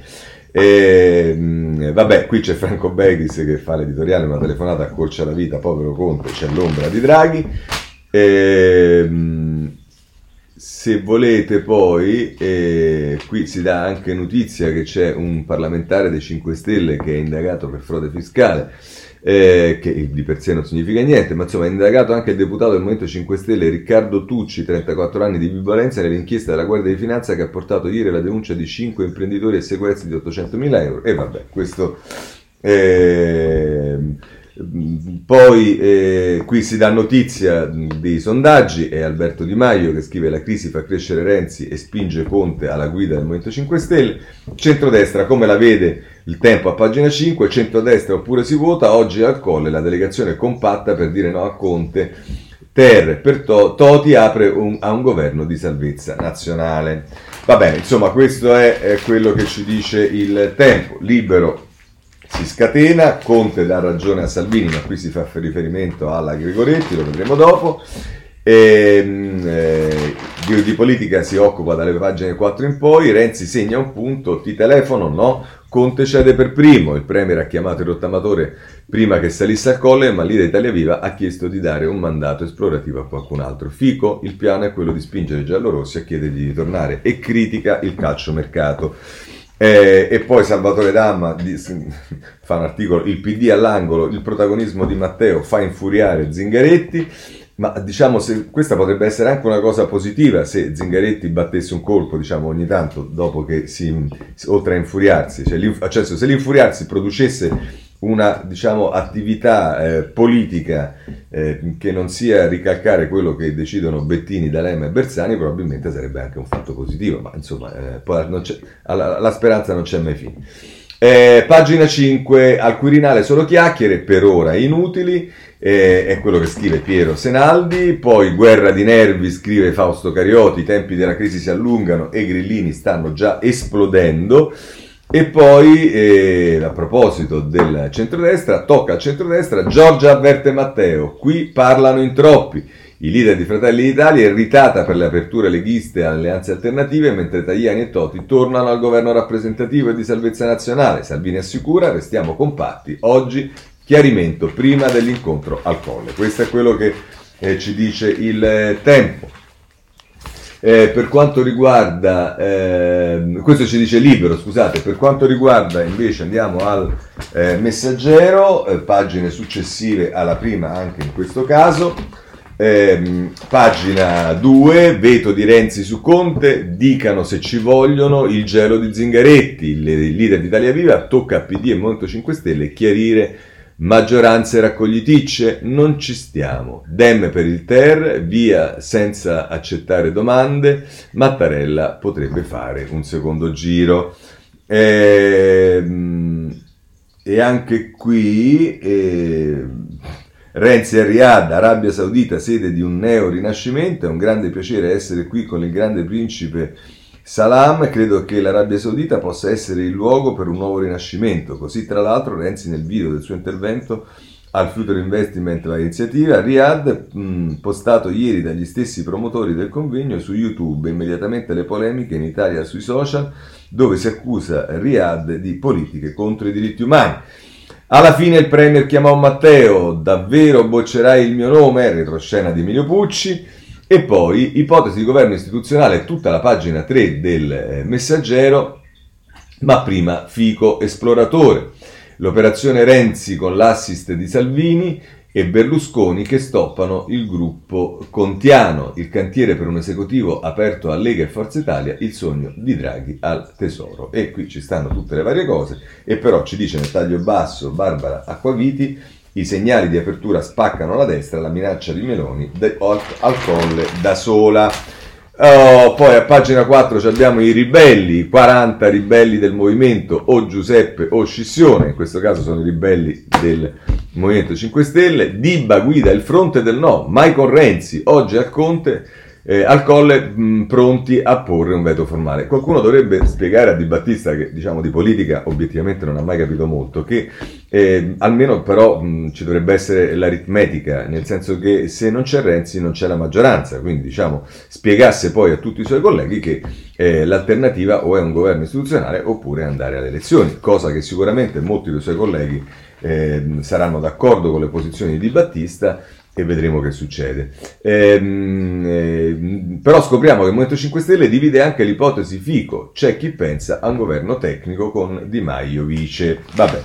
Vabbè, qui c'è Franco Bechis che fa l'editoriale, una telefonata accorcia la vita, povero Conte, c'è l'ombra di Draghi. Se volete poi, qui si dà anche notizia che c'è un parlamentare dei 5 Stelle che è indagato per frode fiscale, che di per sé non significa niente, ma insomma è indagato anche il deputato del Movimento 5 Stelle Riccardo Tucci, 34 anni, di Vibolenza, nell'inchiesta della Guardia di Finanza che ha portato ieri alla denuncia di 5 imprenditori e sequestri di 800.000 euro. E vabbè, questo... Poi qui si dà notizia dei sondaggi, è Alberto Di Maio che scrive: la crisi fa crescere Renzi e spinge Conte alla guida del Movimento 5 Stelle. Centrodestra, come la vede il Tempo a pagina 5, centrodestra oppure si vota, oggi al Colle la delegazione è compatta per dire no a Conte Ter, per Toti apre a un governo di salvezza nazionale. Va bene, insomma questo è quello che ci dice il Tempo. Libero si scatena, Conte dà ragione a Salvini, ma qui si fa riferimento alla Gregoretti, lo vedremo dopo. Di politica si occupa dalle pagine 4 in poi. Renzi segna un punto, ti telefono, no, Conte cede per primo, il premier ha chiamato il rottamatore prima che salisse al Colle, ma lì da Italia Viva ha chiesto di dare un mandato esplorativo a qualcun altro. Fico, il piano è quello di spingere i giallorossi a chiedergli di tornare, e critica il calciomercato. E poi Salvatore Damma fa un articolo: il PD all'angolo, il protagonismo di Matteo fa infuriare Zingaretti. Ma diciamo, se questa potrebbe essere anche una cosa positiva se Zingaretti battesse un colpo, diciamo, ogni tanto, dopo che oltre a infuriarsi, cioè se l'infuriarsi producesse una, diciamo, attività politica che non sia ricalcare quello che decidono Bettini, D'Alema e Bersani, probabilmente sarebbe anche un fatto positivo, ma insomma poi la speranza non c'è mai fine. Pagina 5, al Quirinale solo chiacchiere, per ora inutili, è quello che scrive Piero Senaldi. Poi guerra di nervi, scrive Fausto Carioti, i tempi della crisi si allungano e i grillini stanno già esplodendo. E poi, a proposito del centrodestra, tocca al centrodestra, Giorgia avverte Matteo, qui parlano in troppi, I leader di Fratelli d'Italia irritata per le aperture leghiste alle alleanze alternative, mentre Tajani e Toti tornano al governo rappresentativo e di salvezza nazionale. Salvini assicura, restiamo compatti, oggi chiarimento prima dell'incontro al Colle. Questo è quello che ci dice il Tempo. Per quanto riguarda, questo ci dice Libero, scusate, per quanto riguarda invece andiamo al Messaggero, pagine successive alla prima anche in questo caso, pagina 2, veto di Renzi su Conte, dicano se ci vogliono il gelo di Zingaretti, il leader di Italia Viva, tocca a PD e Movimento 5 Stelle chiarire maggioranze raccogliticce, non ci stiamo. Dem per il Ter, via senza accettare domande, Mattarella potrebbe fare un secondo giro. E anche qui Renzi a Riyadh, Arabia Saudita, sede di un neo-rinascimento, è un grande piacere essere qui con il grande principe Salam, credo che l'Arabia Saudita possa essere il luogo per un nuovo rinascimento. Così tra l'altro Renzi nel video del suo intervento al Future Investment l'iniziativa Riyadh, postato ieri dagli stessi promotori del convegno su YouTube, immediatamente le polemiche in Italia sui social dove si accusa Riyadh di politiche contro i diritti umani. Alla fine il premier chiamò Matteo, davvero boccerai il mio nome, retroscena di Emilio Pucci. E poi ipotesi di governo istituzionale, tutta la pagina 3 del Messaggero, ma prima Fico esploratore. L'operazione Renzi con l'assist di Salvini e Berlusconi che stoppano il gruppo Contiano, il cantiere per un esecutivo aperto a Lega e Forza Italia, il sogno di Draghi al Tesoro. E qui ci stanno tutte le varie cose, e però ci dice nel taglio basso Barbara Acquaviti, i segnali di apertura spaccano la destra, la minaccia di Meloni al Colle da sola. Poi a pagina 4 abbiamo i ribelli, 40 ribelli del movimento, o Giuseppe o Scissione, in questo caso sono i ribelli del Movimento 5 Stelle. Dibba guida il fronte del no, mai con Renzi, oggi al Conte, al Colle, pronti a porre un veto formale. Qualcuno dovrebbe spiegare a Di Battista, che diciamo di politica obiettivamente non ha mai capito molto, che almeno però ci dovrebbe essere l'aritmetica, nel senso che se non c'è Renzi non c'è la maggioranza, quindi diciamo spiegasse poi a tutti i suoi colleghi che l'alternativa o è un governo istituzionale oppure andare alle elezioni, cosa che sicuramente molti dei suoi colleghi saranno d'accordo con le posizioni di Di Battista, e vedremo che succede. Però scopriamo che il Movimento 5 Stelle divide anche l'ipotesi Fico, c'è chi pensa a un governo tecnico con Di Maio vice. Vabbè.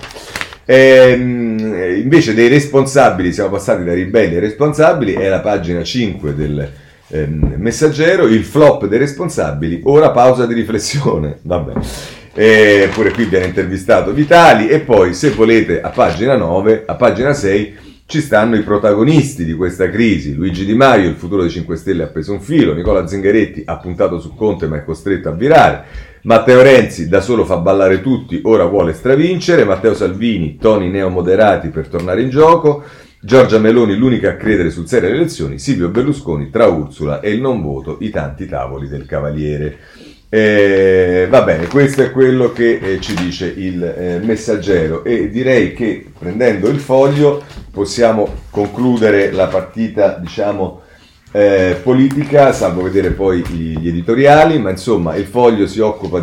Invece dei responsabili, siamo passati da ribelli ai responsabili, è la pagina 5 del Messaggero, il flop dei responsabili, ora pausa di riflessione. Vabbè. Pure qui viene intervistato Vitali, e poi se volete a pagina 9, a pagina 6 ci stanno i protagonisti di questa crisi. Luigi Di Maio, il futuro dei 5 Stelle, ha preso un filo. Nicola Zingaretti ha puntato su Conte ma è costretto a virare. Matteo Renzi da solo fa ballare tutti, ora vuole stravincere. Matteo Salvini, toni neomoderati per tornare in gioco. Giorgia Meloni, l'unica a credere sul serio alle elezioni. Silvio Berlusconi, tra Ursula e il non voto, i tanti tavoli del Cavaliere. Va bene, questo è quello che ci dice il Messaggero, e direi che prendendo il Foglio possiamo concludere la partita, diciamo, politica, salvo vedere poi gli editoriali, ma insomma il Foglio si occupa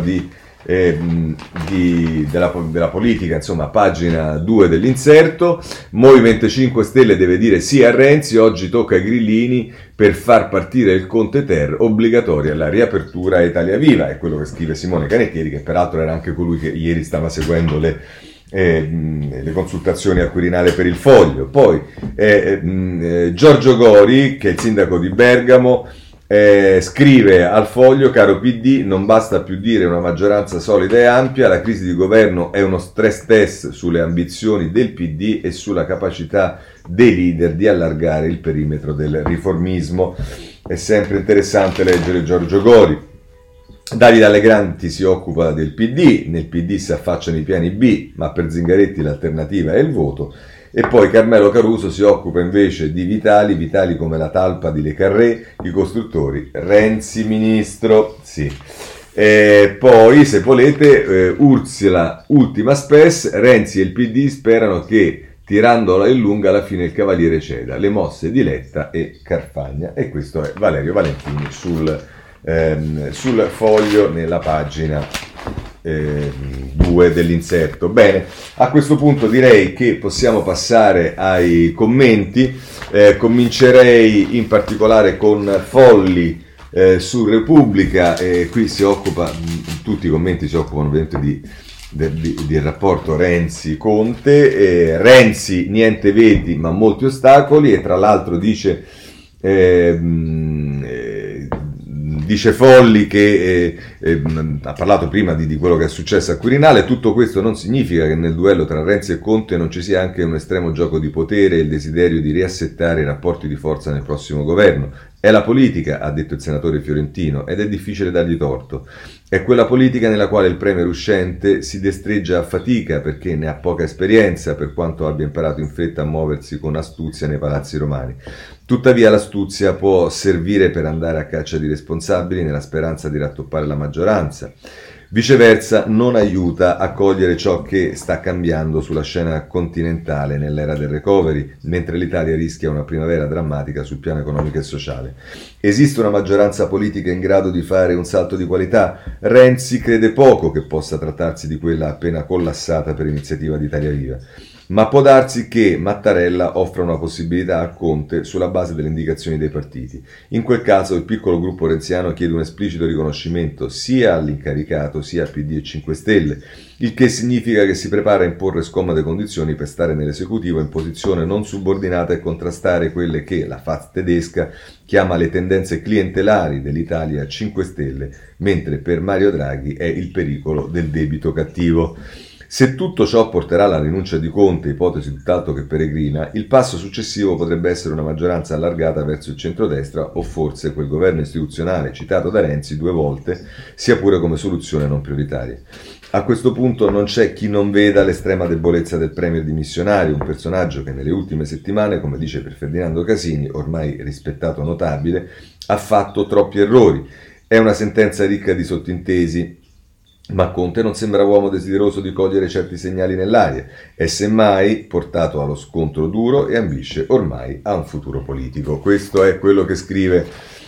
della politica, insomma, pagina 2 dell'inserto. Movimento 5 Stelle deve dire sì a Renzi, oggi tocca ai grillini per far partire il Conte Ter, obbligatoria la riapertura a Italia Viva, è quello che scrive Simone Canettieri, che peraltro era anche colui che ieri stava seguendo le consultazioni al Quirinale per il Foglio. Poi Giorgio Gori, che è il sindaco di Bergamo, scrive al Foglio: caro PD, non basta più dire una maggioranza solida e ampia, la crisi di governo è uno stress test sulle ambizioni del PD e sulla capacità dei leader di allargare il perimetro del riformismo. È sempre interessante leggere Giorgio Gori. Davide Allegranti si occupa del PD, nel PD si affacciano i piani B, ma per Zingaretti l'alternativa è il voto. E poi Carmelo Caruso si occupa invece di Vitali come la talpa di Le Carré, i costruttori, Renzi ministro, sì. Poi, se volete, Ursula ultima spes, Renzi e il PD sperano che tirandola in lunga alla fine il Cavaliere ceda, le mosse di Letta e Carfagna. E questo è Valerio Valentini sul Foglio nella pagina 2 dell'inserto. Bene, a questo punto direi che possiamo passare ai commenti. Comincerei in particolare con Folli su Repubblica. Qui si occupa, tutti i commenti si occupano ovviamente del rapporto Renzi-Conte. Renzi niente veti ma molti ostacoli, e tra l'altro dice Folli che ha parlato prima di quello che è successo a Quirinale. Tutto questo non significa che nel duello tra Renzi e Conte non ci sia anche un estremo gioco di potere e il desiderio di riassettare i rapporti di forza nel prossimo governo. È la politica, ha detto il senatore Fiorentino, ed è difficile dargli torto. È quella politica nella quale il premier uscente si destreggia a fatica perché ne ha poca esperienza, per quanto abbia imparato in fretta a muoversi con astuzia nei palazzi romani. Tuttavia l'astuzia può servire per andare a caccia di responsabili nella speranza di rattoppare la maggioranza. Viceversa, non aiuta a cogliere ciò che sta cambiando sulla scena continentale nell'era del recovery, mentre l'Italia rischia una primavera drammatica sul piano economico e sociale. Esiste una maggioranza politica in grado di fare un salto di qualità? Renzi crede poco che possa trattarsi di quella appena collassata per iniziativa di Italia Viva. Ma può darsi che Mattarella offra una possibilità a Conte sulla base delle indicazioni dei partiti. In quel caso il piccolo gruppo renziano chiede un esplicito riconoscimento sia all'incaricato sia a PD e 5 Stelle, il che significa che si prepara a imporre scomode condizioni per stare nell'esecutivo in posizione non subordinata e contrastare quelle che la FAZ tedesca chiama le tendenze clientelari dell'Italia a 5 Stelle, mentre per Mario Draghi è il pericolo del debito cattivo. Se tutto ciò porterà alla rinuncia di Conte, ipotesi tutt'altro che peregrina, il passo successivo potrebbe essere una maggioranza allargata verso il centrodestra o forse quel governo istituzionale citato da Renzi 2 volte, sia pure come soluzione non prioritaria. A questo punto non c'è chi non veda l'estrema debolezza del premier dimissionario, un personaggio che nelle ultime settimane, come dice per Ferdinando Casini, ormai rispettato notabile, ha fatto troppi errori. È una sentenza ricca di sottintesi, ma Conte non sembra uomo desideroso di cogliere certi segnali nell'aria, è semmai portato allo scontro duro e ambisce ormai a un futuro politico. Questo è quello che scrive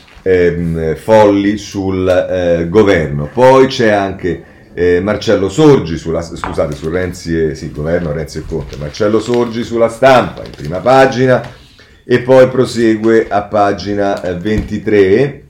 Folli sul governo. Poi c'è anche Marcello Sorgi su Renzi governo Renzi e Conte. Marcello Sorgi sulla Stampa in prima pagina, e poi prosegue a pagina 23.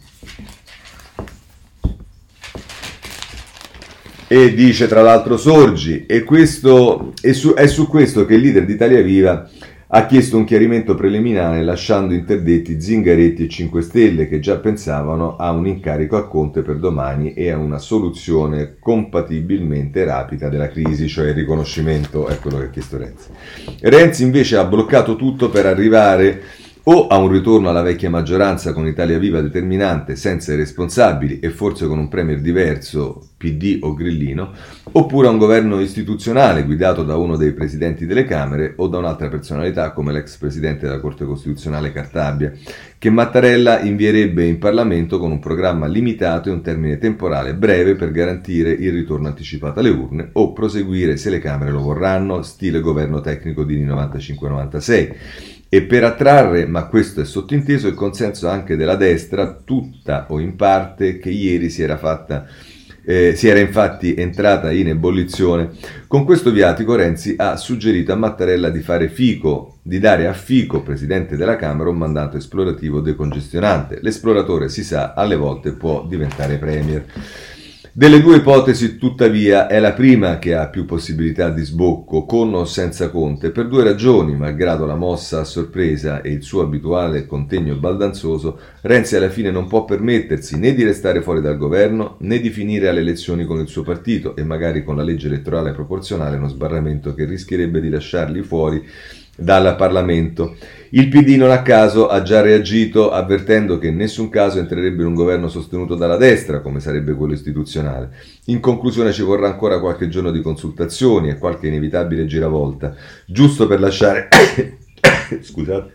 E dice tra l'altro Sorgi, è su questo che il leader di Italia Viva ha chiesto un chiarimento preliminare lasciando interdetti Zingaretti e 5 Stelle che già pensavano a un incarico a Conte per domani e a una soluzione compatibilmente rapida della crisi, cioè il riconoscimento, è quello che ha chiesto Renzi. Renzi invece ha bloccato tutto per arrivare o a un ritorno alla vecchia maggioranza con Italia Viva determinante, senza i responsabili e forse con un premier diverso, PD o grillino, oppure a un governo istituzionale guidato da uno dei presidenti delle Camere o da un'altra personalità come l'ex presidente della Corte Costituzionale Cartabia, che Mattarella invierebbe in Parlamento con un programma limitato e un termine temporale breve per garantire il ritorno anticipato alle urne o proseguire se le Camere lo vorranno, stile governo tecnico di 95-96. E per attrarre, ma questo è sottinteso, il consenso anche della destra, tutta o in parte, che ieri si era infatti entrata in ebollizione. Con questo viatico Renzi ha suggerito a Mattarella di dare a Fico, presidente della Camera, un mandato esplorativo decongestionante. L'esploratore, si sa, alle volte può diventare premier. Delle due ipotesi, tuttavia, è la prima che ha più possibilità di sbocco, con o senza Conte, per 2 ragioni. Malgrado la mossa a sorpresa e il suo abituale contegno baldanzoso, Renzi alla fine non può permettersi né di restare fuori dal governo, né di finire alle elezioni con il suo partito e magari con la legge elettorale proporzionale, uno sbarramento che rischierebbe di lasciarli fuori dal Parlamento. Il PD non a caso ha già reagito avvertendo che in nessun caso entrerebbe in un governo sostenuto dalla destra, come sarebbe quello istituzionale. In conclusione ci vorrà ancora qualche giorno di consultazioni e qualche inevitabile giravolta, giusto per lasciare scusate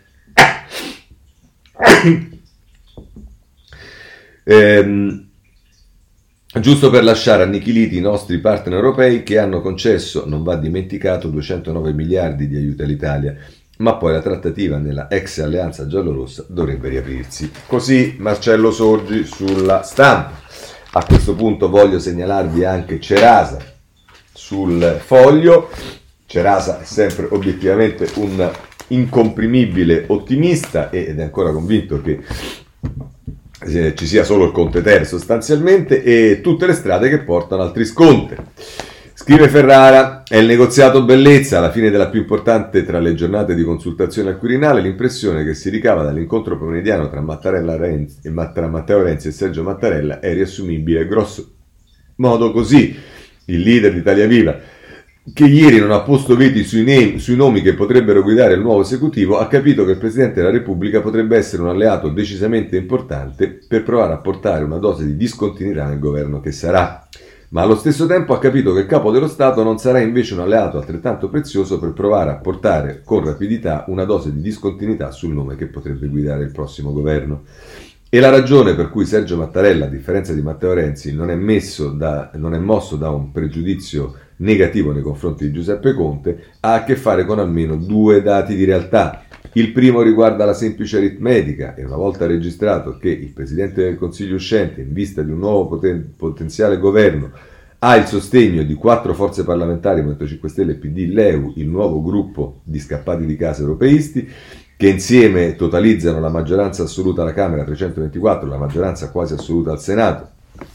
giusto per lasciare annichiliti i nostri partner europei che hanno concesso, non va dimenticato, 209 miliardi di aiuti all'Italia, ma poi la trattativa nella ex alleanza giallorossa dovrebbe riaprirsi. Così Marcello Sorgi sulla Stampa. A questo punto voglio segnalarvi anche Cerasa sul Foglio. Cerasa è sempre obiettivamente un incomprimibile ottimista ed è ancora convinto che ci sia solo il Conte Ter sostanzialmente e tutte le strade che portano al Trisconte. Scrive Ferrara, è il negoziato bellezza, alla fine della più importante tra le giornate di consultazione al Quirinale, l'impressione che si ricava dall'incontro pomeridiano tra Matteo Renzi e Sergio Mattarella è riassumibile grosso modo così. Il leader di Italia Viva, che ieri non ha posto veti sui nomi che potrebbero guidare il nuovo esecutivo, ha capito che il Presidente della Repubblica potrebbe essere un alleato decisamente importante per provare a portare una dose di discontinuità nel governo che sarà. Ma allo stesso tempo ha capito che il Capo dello Stato non sarà invece un alleato altrettanto prezioso per provare a portare con rapidità una dose di discontinuità sul nome che potrebbe guidare il prossimo governo. E la ragione per cui Sergio Mattarella, a differenza di Matteo Renzi, non è mosso da un pregiudizio negativo nei confronti di Giuseppe Conte ha a che fare con almeno due dati di realtà. Il primo riguarda la semplice aritmetica e una volta registrato che il Presidente del Consiglio uscente, in vista di un nuovo potenziale governo, ha il sostegno di 4 forze parlamentari, Movimento 5 Stelle, PD, LeU, il nuovo gruppo di scappati di casa europeisti, che insieme totalizzano la maggioranza assoluta alla Camera, 324, la maggioranza quasi assoluta al Senato,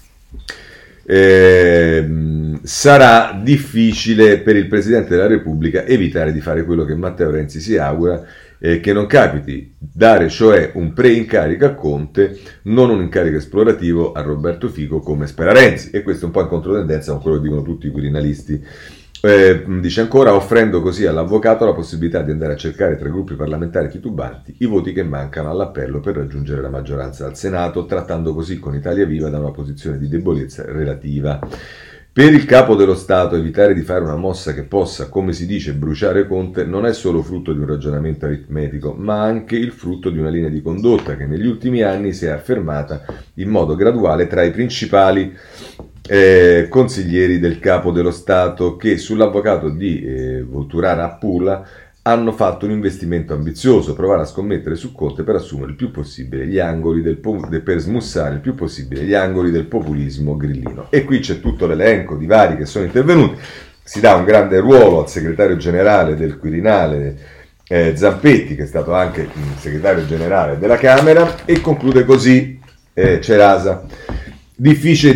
sarà difficile per il Presidente della Repubblica evitare di fare quello che Matteo Renzi si augura, che non capiti, dare cioè un pre-incarico a Conte, non un incarico esplorativo a Roberto Fico come spera Renzi, e questo è un po' in controtendenza con quello che dicono tutti i quirinalisti. Dice ancora, offrendo così all'avvocato la possibilità di andare a cercare tra i gruppi parlamentari titubanti i voti che mancano all'appello per raggiungere la maggioranza al Senato, trattando così con Italia Viva da una posizione di debolezza relativa. Per il Capo dello Stato evitare di fare una mossa che possa, come si dice, bruciare Conte non è solo frutto di un ragionamento aritmetico, ma anche il frutto di una linea di condotta che negli ultimi anni si è affermata in modo graduale tra i principali consiglieri del Capo dello Stato, che sull'avvocato di Volturara a Pula hanno fatto un investimento ambizioso, provare a scommettere su Conte per assumere il più possibile gli angoli per smussare il più possibile gli angoli del populismo grillino. E qui c'è tutto l'elenco di vari che sono intervenuti. Si dà un grande ruolo al segretario generale del Quirinale, Zampetti, che è stato anche il segretario generale della Camera, e conclude così Cerasa. Difficile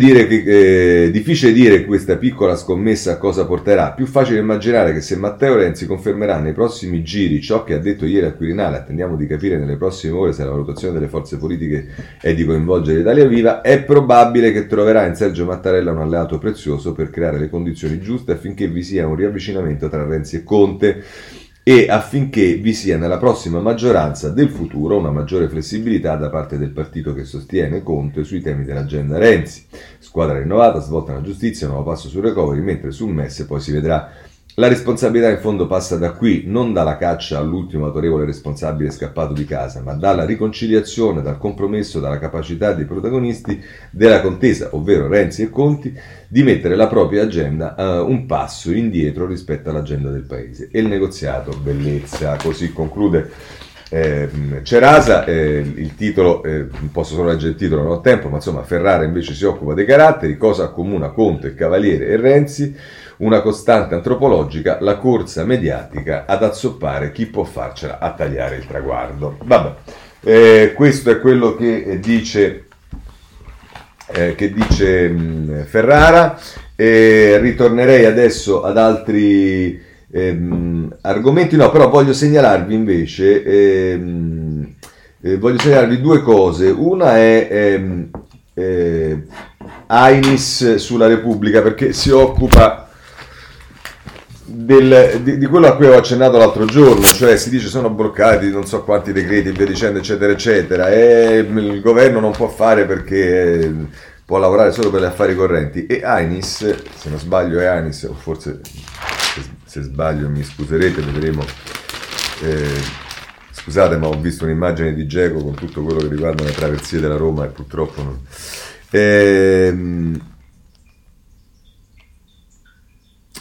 dire questa piccola scommessa a cosa porterà. Più facile immaginare che se Matteo Renzi confermerà nei prossimi giri ciò che ha detto ieri al Quirinale, attendiamo di capire nelle prossime ore se la valutazione delle forze politiche è di coinvolgere Italia Viva, è probabile che troverà in Sergio Mattarella un alleato prezioso per creare le condizioni giuste affinché vi sia un riavvicinamento tra Renzi e Conte e affinché vi sia nella prossima maggioranza del futuro una maggiore flessibilità da parte del partito che sostiene Conte sui temi dell'agenda Renzi. Squadra rinnovata, svolta nella giustizia, nuovo passo sul recovery, mentre sul MES poi si vedrà. La responsabilità in fondo passa da qui, non dalla caccia all'ultimo autorevole responsabile scappato di casa, ma dalla riconciliazione, dal compromesso, dalla capacità dei protagonisti della contesa, ovvero Renzi e Conte, di mettere la propria agenda un passo indietro rispetto all'agenda del paese. E il negoziato bellezza, così conclude Cerasa. Il titolo, posso solo leggere il titolo, non ho tempo, ma insomma Ferrara invece si occupa dei caratteri, cosa accomuna Conte, Cavaliere e Renzi. Una costante antropologica, la corsa mediatica ad azzoppare chi può farcela a tagliare il traguardo. Vabbè, questo è quello che dice Ferrara. Ritornerei adesso ad altri argomenti, no, però voglio segnalarvi invece due cose. Una è Ainis sulla Repubblica, perché si occupa di quello a cui avevo accennato l'altro giorno, cioè si dice sono bloccati non so quanti decreti e via dicendo eccetera eccetera, e il governo non può fare perché può lavorare solo per gli affari correnti, e Ainis, se non sbaglio è Ainis, o forse se sbaglio mi scuserete, vedremo, scusate ma ho visto un'immagine di Geco con tutto quello che riguarda le traversie della Roma e purtroppo non...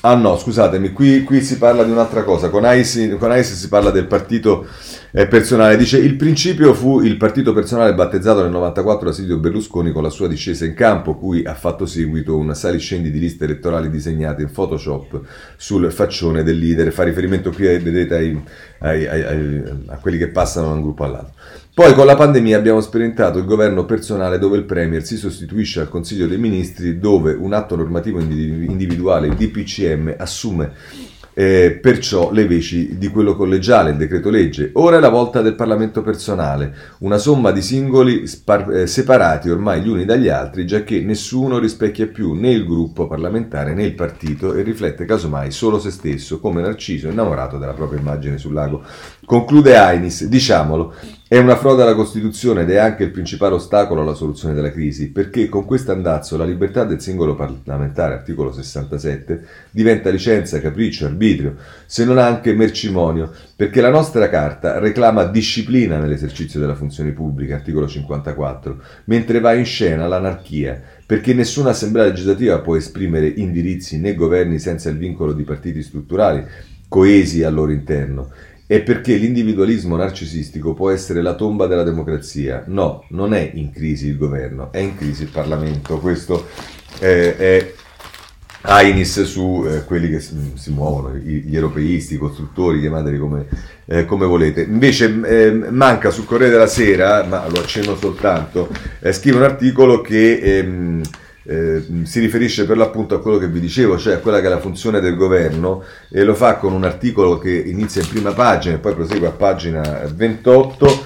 Ah no, scusatemi, qui si parla di un'altra cosa, con AIS si parla del partito personale, dice il principio fu il partito personale battezzato nel 94 da Silvio Berlusconi con la sua discesa in campo, cui ha fatto seguito un saliscendi di liste elettorali disegnate in Photoshop sul faccione del leader, fa riferimento qui, vedete, a quelli che passano da un gruppo all'altro. Poi con la pandemia abbiamo sperimentato il governo personale dove il Premier si sostituisce al Consiglio dei Ministri, dove un atto normativo individuale, il DPCM, assume perciò le veci di quello collegiale, il decreto legge. Ora è la volta del Parlamento personale, una somma di singoli separati ormai gli uni dagli altri, giacché nessuno rispecchia più né il gruppo parlamentare né il partito e riflette casomai solo se stesso, come Narciso innamorato della propria immagine sul lago. Conclude Ainis, diciamolo, è una frode alla Costituzione ed è anche il principale ostacolo alla soluzione della crisi, perché con questo andazzo la libertà del singolo parlamentare, articolo 67, diventa licenza, capriccio, arbitrio, se non anche mercimonio, perché la nostra Carta reclama disciplina nell'esercizio della funzione pubblica, articolo 54, mentre va in scena l'anarchia, perché nessuna assemblea legislativa può esprimere indirizzi né governi senza il vincolo di partiti strutturali coesi al loro interno. E perché l'individualismo narcisistico può essere la tomba della democrazia. No, non è in crisi il governo, è in crisi il Parlamento. Questo è Ainis su quelli che si muovono, gli europeisti, i costruttori, chiamateli come volete. Invece manca sul Corriere della Sera, ma lo accenno soltanto, scrive un articolo che si riferisce per l'appunto a quello che vi dicevo, cioè a quella che è la funzione del governo, e lo fa con un articolo che inizia in prima pagina e poi prosegue a pagina 28.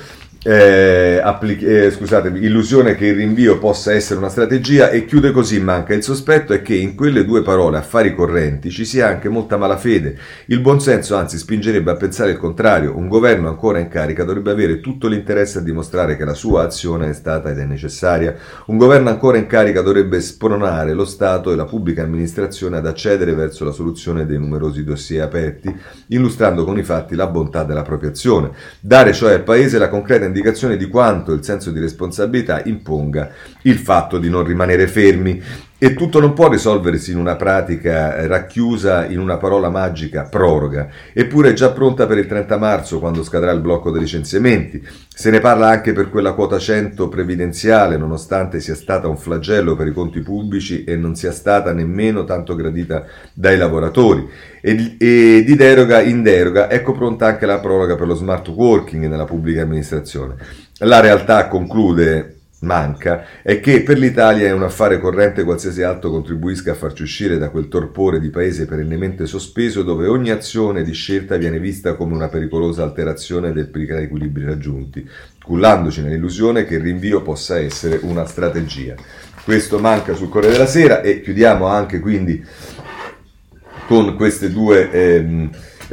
Illusione che il rinvio possa essere una strategia, e chiude così: manca il sospetto è che in quelle due parole, affari correnti, ci sia anche molta malafede. Il buonsenso anzi spingerebbe a pensare il contrario. Un governo ancora in carica dovrebbe avere tutto l'interesse a dimostrare che la sua azione è stata ed è necessaria. Un governo ancora in carica dovrebbe spronare lo Stato e la pubblica amministrazione ad accedere verso la soluzione dei numerosi dossier aperti, illustrando con i fatti la bontà della propria azione. Dare cioè al Paese la concreta indicazione di quanto il senso di responsabilità imponga il fatto di non rimanere fermi. E tutto non può risolversi in una pratica racchiusa in una parola magica, proroga, eppure è già pronta per il 30 marzo, quando scadrà il blocco dei licenziamenti. Se ne parla anche per quella quota 100 previdenziale, nonostante sia stata un flagello per i conti pubblici e non sia stata nemmeno tanto gradita dai lavoratori. E di deroga in deroga, ecco pronta anche la proroga per lo smart working nella pubblica amministrazione. La realtà, conclude, manca, è che per l'Italia è un affare corrente qualsiasi atto contribuisca a farci uscire da quel torpore di paese perennemente sospeso, dove ogni azione di scelta viene vista come una pericolosa alterazione dei equilibri raggiunti, cullandoci nell'illusione che il rinvio possa essere una strategia. Questo manca sul Corriere della Sera. E chiudiamo anche quindi con queste due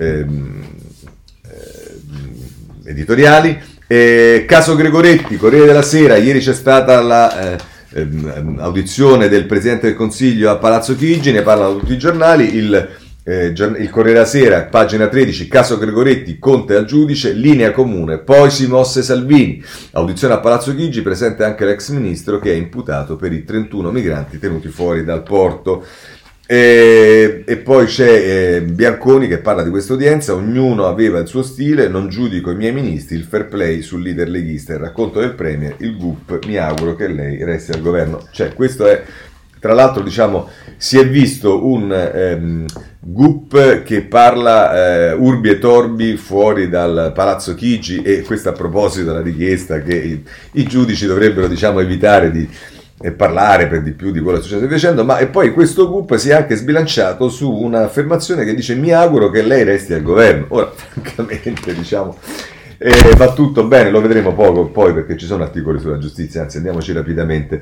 editoriali. Caso Gregoretti, Corriere della Sera. Ieri c'è stata l'audizione del Presidente del Consiglio a Palazzo Chigi, ne parlano tutti i giornali. Il Corriere della Sera, pagina 13, caso Gregoretti, Conte al giudice, linea comune, poi si mosse Salvini. Audizione a Palazzo Chigi, presente anche l'ex ministro che è imputato per i 31 migranti tenuti fuori dal porto. E poi c'è Bianconi che parla di questa udienza. Ognuno aveva il suo stile, non giudico i miei ministri, il fair play sul leader leghista, il racconto del Premier, il GUP, mi auguro che lei resti al governo. Cioè, questo è, tra l'altro, diciamo, si è visto un GUP che parla urbi e torbi fuori dal Palazzo Chigi, e questo a proposito della richiesta che i giudici dovrebbero, diciamo, evitare di parlare per di più di quello che sta succedendo. Ma e poi questo GUP si è anche sbilanciato su un'affermazione che dice: mi auguro che lei resti al governo. Ora, francamente, diciamo, va tutto bene, lo vedremo poco poi, perché ci sono articoli sulla giustizia, anzi andiamoci rapidamente.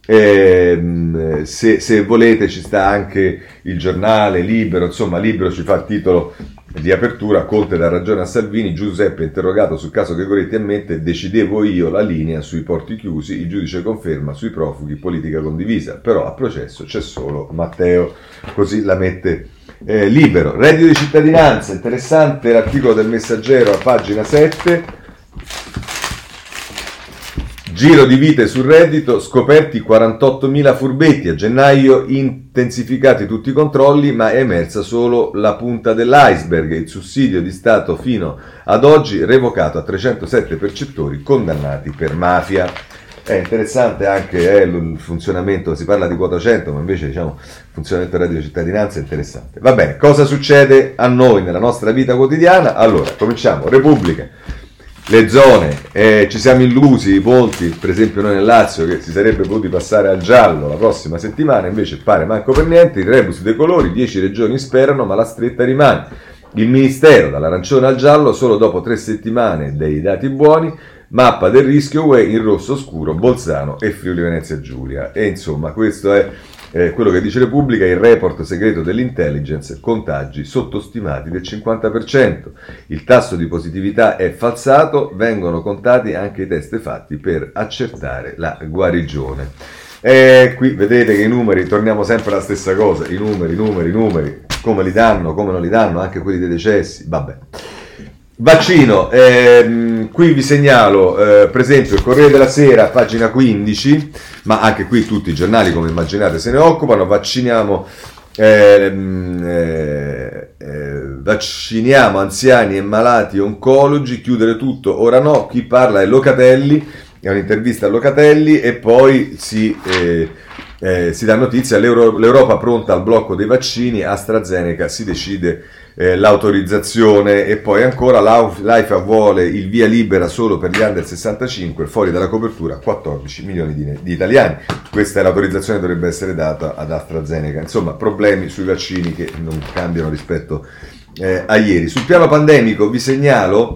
Se volete ci sta anche il giornale Libero, insomma Libero ci fa il titolo di apertura: Conte dà ragione a Salvini, Giuseppe interrogato sul caso Gregoretti ammette decidevo io la linea sui porti chiusi, il giudice conferma sui profughi politica condivisa, però a processo c'è solo Matteo, così la mette Libero. Reddito di cittadinanza, interessante l'articolo del Messaggero a pagina 7. Giro di vite sul reddito, scoperti 48.000 furbetti, a gennaio intensificati tutti i controlli, ma è emersa solo la punta dell'iceberg. Il sussidio di Stato fino ad oggi revocato a 307 percettori condannati per mafia. È interessante anche il funzionamento, si parla di quota 100, ma invece diciamo il funzionamento del reddito di cittadinanza è interessante. Va bene, cosa succede a noi nella nostra vita quotidiana? Allora, cominciamo. Repubblica. Le zone, ci siamo illusi, molti, per esempio noi nel Lazio, che si sarebbe potuti passare al giallo la prossima settimana, invece pare manco per niente, il rebus dei colori, 10 regioni sperano, ma la stretta rimane. Il Ministero, dall'arancione al giallo, solo dopo 3 settimane dei dati buoni, mappa del rischio UE in rosso scuro, Bolzano e Friuli Venezia Giulia. E insomma, questo è quello che dice Repubblica, il report segreto dell'intelligence, contagi sottostimati del 50%. Il tasso di positività è falsato, vengono contati anche i test fatti per accertare la guarigione. Qui vedete che i numeri, torniamo sempre alla stessa cosa, i numeri, come li danno, come non li danno, anche quelli dei decessi, vabbè. Vaccino, qui vi segnalo per esempio il Corriere della Sera, pagina 15, ma anche qui tutti i giornali come immaginate se ne occupano. Vacciniamo anziani e malati oncologi, chiudere tutto, ora no, chi parla è Locatelli, è un'intervista a Locatelli e poi si dà notizia, l'Europa pronta al blocco dei vaccini, AstraZeneca si decide l'autorizzazione e poi ancora l'AIFA vuole il via libera solo per gli under 65, fuori dalla copertura 14 milioni di italiani. Questa è l'autorizzazione che dovrebbe essere data ad AstraZeneca. Insomma, problemi sui vaccini che non cambiano rispetto a ieri. Sul piano pandemico vi segnalo,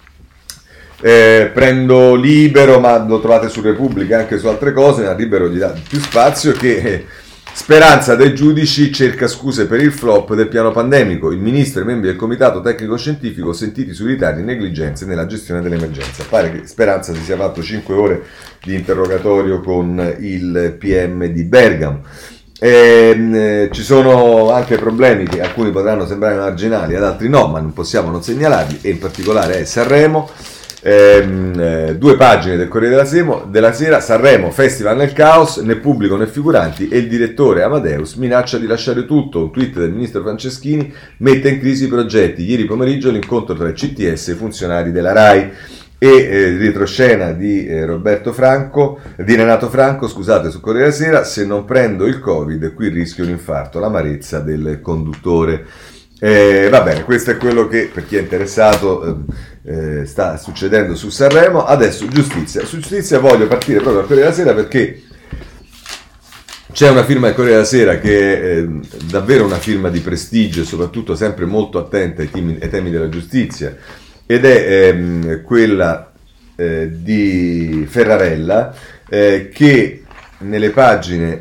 prendo Libero, ma lo trovate su Repubblica anche su altre cose, ma Libero gli dà più spazio, che Speranza dai giudici cerca scuse per il flop del piano pandemico. Il ministro e i membri del comitato tecnico-scientifico sentiti su ritardi e negligenze nella gestione dell'emergenza. Pare che Speranza si sia fatto 5 ore di interrogatorio con il PM di Bergamo. Ci sono anche problemi che alcuni potranno sembrare marginali, ad altri no, ma non possiamo non segnalarli, e in particolare è Sanremo. 2 pagine del Corriere della Sera, Sanremo, festival nel caos, né pubblico né figuranti, e il direttore Amadeus minaccia di lasciare tutto. Un tweet del ministro Franceschini mette in crisi i progetti. Ieri pomeriggio l'incontro tra il CTS e i funzionari della RAI. E retroscena di Renato Franco, sul Corriere della Sera, se non prendo il Covid qui rischio un infarto, l'amarezza del conduttore. Va bene, questo è quello che per chi è interessato sta succedendo su Sanremo. Adesso giustizia. Su giustizia voglio partire proprio dal Corriere della Sera, perché c'è una firma del Corriere della Sera che è davvero una firma di prestigio e soprattutto sempre molto attenta ai temi della giustizia, ed è quella di Ferrarella, che nelle pagine,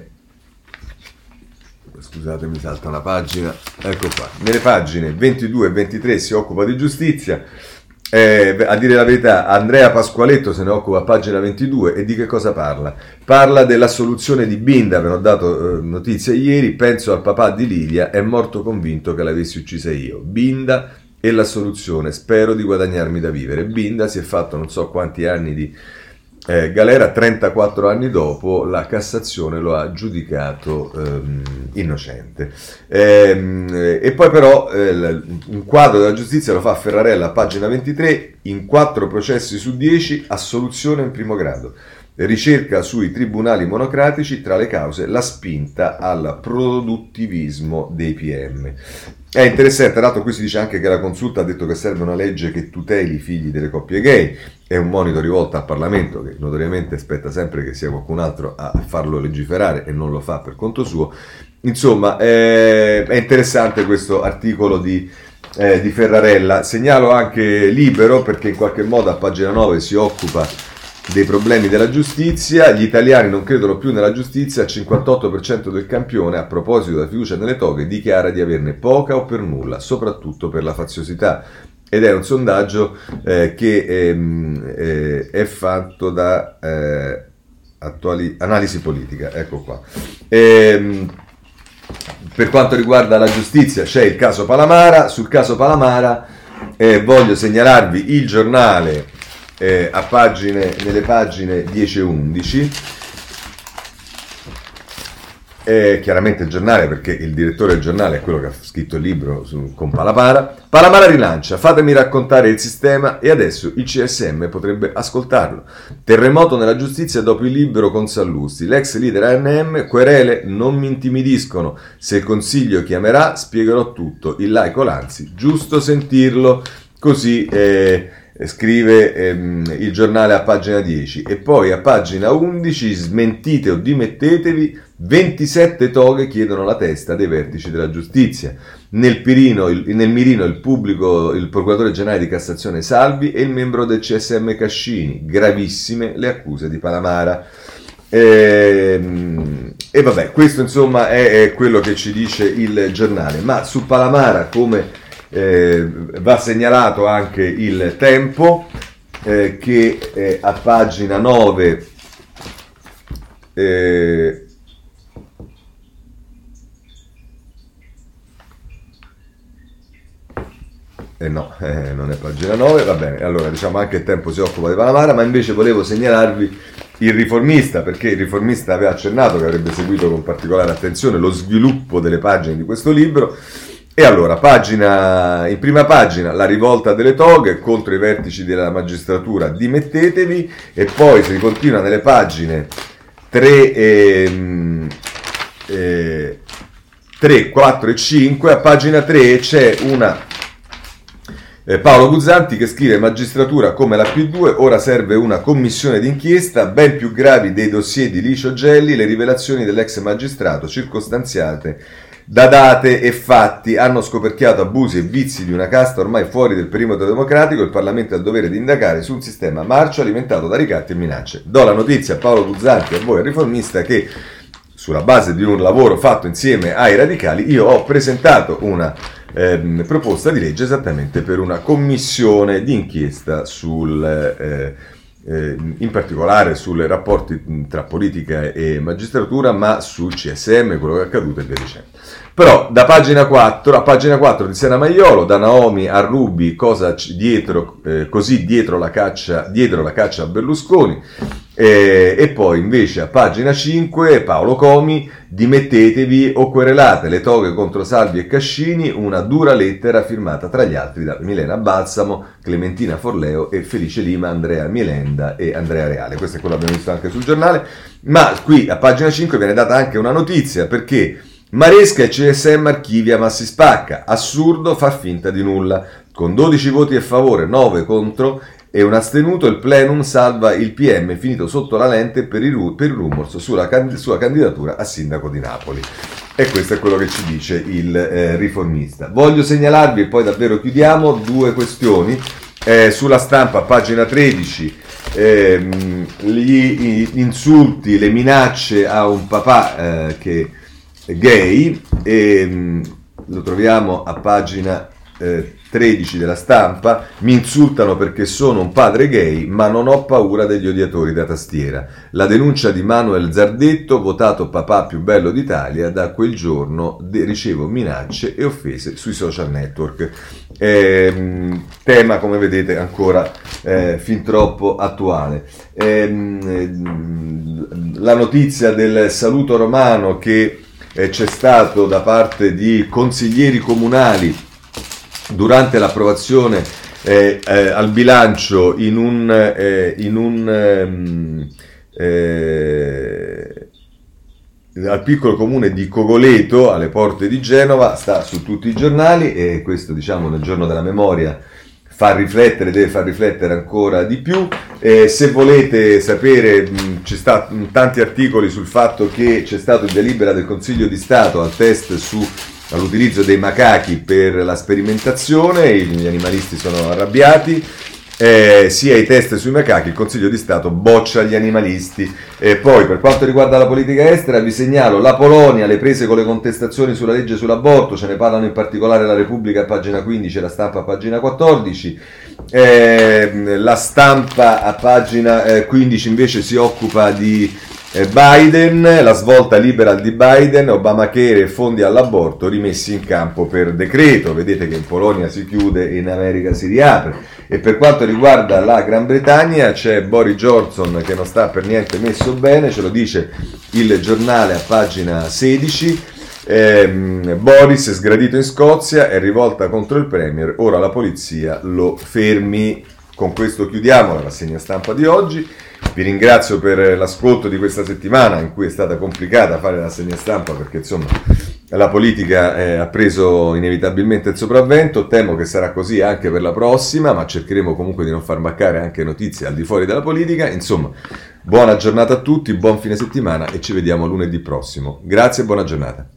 scusate mi salta una pagina, ecco qua, nelle pagine 22 e 23 si occupa di giustizia. A dire la verità, Andrea Pasqualetto se ne occupa a pagina 22, e di che cosa parla? Parla dell'assoluzione di Binda, ve ne ho dato notizia ieri. Penso al papà di Lilia, è morto convinto che l'avessi uccisa io. Binda e l'assoluzione, spero di guadagnarmi da vivere. Binda si è fatto non so quanti anni di galera, 34 anni dopo la Cassazione lo ha giudicato innocente. E poi però un quadro della giustizia lo fa Ferrarella a pagina 23, in 4 processi su 10 assoluzione in primo grado. Ricerca sui tribunali monocratici, tra le cause la spinta al produttivismo dei PM. È interessante, tra l'altro qui si dice anche che la Consulta ha detto che serve una legge che tuteli i figli delle coppie gay. È un monito rivolto al Parlamento, che notoriamente aspetta sempre che sia qualcun altro a farlo legiferare e non lo fa per conto suo. Insomma, è interessante questo articolo di Ferrarella. Segnalo anche Libero, perché in qualche modo a pagina 9 si occupa dei problemi della giustizia. Gli italiani non credono più nella giustizia, il 58% del campione, a proposito della fiducia nelle toghe, dichiara di averne poca o per nulla, soprattutto per la faziosità. Ed è un sondaggio che è fatto da Analisi Politica, ecco qua. Per quanto riguarda la giustizia c'è il caso Palamara. Sul caso Palamara voglio segnalarvi il giornale nelle pagine 10 e 11. Chiaramente il giornale, perché il direttore del giornale è quello che ha scritto il libro con Palamara. Palamara rilancia, fatemi raccontare il sistema e adesso il CSM potrebbe ascoltarlo. Terremoto nella giustizia dopo il libro con Sallusti. L'ex leader ANM, querele non mi intimidiscono, se il consiglio chiamerà spiegherò tutto, il laico Lanzi, giusto sentirlo, così scrive il giornale a pagina 10. E poi a pagina 11, smentite o dimettetevi, 27 toghe chiedono la testa dei vertici della giustizia. Nel mirino il procuratore generale di Cassazione Salvi e il membro del CSM Cascini. Gravissime le accuse di Palamara. E vabbè, questo insomma è quello che ci dice il giornale. Ma su Palamara, come va segnalato anche il Tempo, che a pagina 9 non è pagina 9, va bene, allora diciamo anche il Tempo si occupa di Palamara, ma invece volevo segnalarvi il Riformista, perché il Riformista aveva accennato che avrebbe seguito con particolare attenzione lo sviluppo delle pagine di questo libro. E allora, in prima pagina, la rivolta delle toghe contro i vertici della magistratura, dimettetevi, e poi si continua nelle pagine 3, 4 e 5. A pagina 3 c'è Paolo Guzzanti che scrive: magistratura come la P2, ora serve una commissione d'inchiesta, ben più gravi dei dossier di Licio Gelli, le rivelazioni dell'ex magistrato circostanziate da date e fatti hanno scoperchiato abusi e vizi di una casta ormai fuori del perimetro democratico. Il Parlamento ha il dovere di indagare su un sistema marcio alimentato da ricatti e minacce. Do la notizia a Paolo Guzzanti e a voi, al Riformista, che sulla base di un lavoro fatto insieme ai radicali io ho presentato una proposta di legge esattamente per una commissione d'inchiesta in particolare sui rapporti tra politica e magistratura, ma sul CSM, quello che è accaduto e via dicendo. Però a pagina 4 di Sena Maiolo, da Naomi a Rubi, così dietro la caccia a Berlusconi. E poi invece a pagina 5 Paolo Comi, dimettetevi o querelate, le toghe contro Salvi e Cascini, una dura lettera firmata tra gli altri da Milena Balsamo, Clementina Forleo e Felice Lima, Andrea Mielenda e Andrea Reale. Questo è quello che abbiamo visto anche sul giornale, ma qui a pagina 5 viene data anche una notizia, perché Maresca e CSM archivia ma si spacca, assurdo, fa finta di nulla, con 12 voti a favore, 9 contro e un astenuto, il plenum salva il PM finito sotto la lente per i rumors sulla sua candidatura a sindaco di Napoli. E questo è quello che ci dice il Riformista. Voglio segnalarvi, e poi davvero chiudiamo, due questioni. Sulla Stampa, pagina 13, gli insulti, le minacce a un papà che è gay, lo troviamo a pagina 13 della Stampa. Mi insultano perché sono un padre gay, ma non ho paura degli odiatori da tastiera. La denuncia di Manuel Zardetto, votato papà più bello d'Italia, da quel giorno ricevo minacce e offese sui social network. Tema, come vedete, ancora fin troppo attuale. La notizia del saluto romano che c'è stato da parte di consiglieri comunali durante l'approvazione al bilancio al piccolo comune di Cogoleto, alle porte di Genova, sta su tutti i giornali, e questo, diciamo, nel giorno della memoria deve far riflettere ancora di più. Se volete sapere, ci sta tanti articoli sul fatto che c'è stato il delibera del Consiglio di Stato al test all'utilizzo dei macachi per la sperimentazione. Gli animalisti sono arrabbiati, sia i test sui macachi, il Consiglio di Stato boccia gli animalisti. Poi, per quanto riguarda la politica estera, vi segnalo la Polonia, le prese con le contestazioni sulla legge sull'aborto, ce ne parlano in particolare la Repubblica a pagina 15 e la Stampa a pagina 14. La Stampa a pagina 15 invece si occupa di Biden, la svolta liberal di Biden, Obamacare e fondi all'aborto rimessi in campo per decreto. Vedete che in Polonia si chiude e in America si riapre. E per quanto riguarda la Gran Bretagna c'è Boris Johnson che non sta per niente messo bene, ce lo dice il giornale a pagina 16. Boris è sgradito in Scozia, è rivolta contro il Premier, ora la polizia lo fermi. Con questo chiudiamo la rassegna stampa di oggi. Vi ringrazio per l'ascolto di questa settimana in cui è stata complicata fare la rassegna stampa perché insomma la politica ha preso inevitabilmente il sopravvento. Temo che sarà così anche per la prossima, ma cercheremo comunque di non far mancare anche notizie al di fuori della politica. Insomma, buona giornata a tutti, buon fine settimana e ci vediamo lunedì prossimo. Grazie e buona giornata.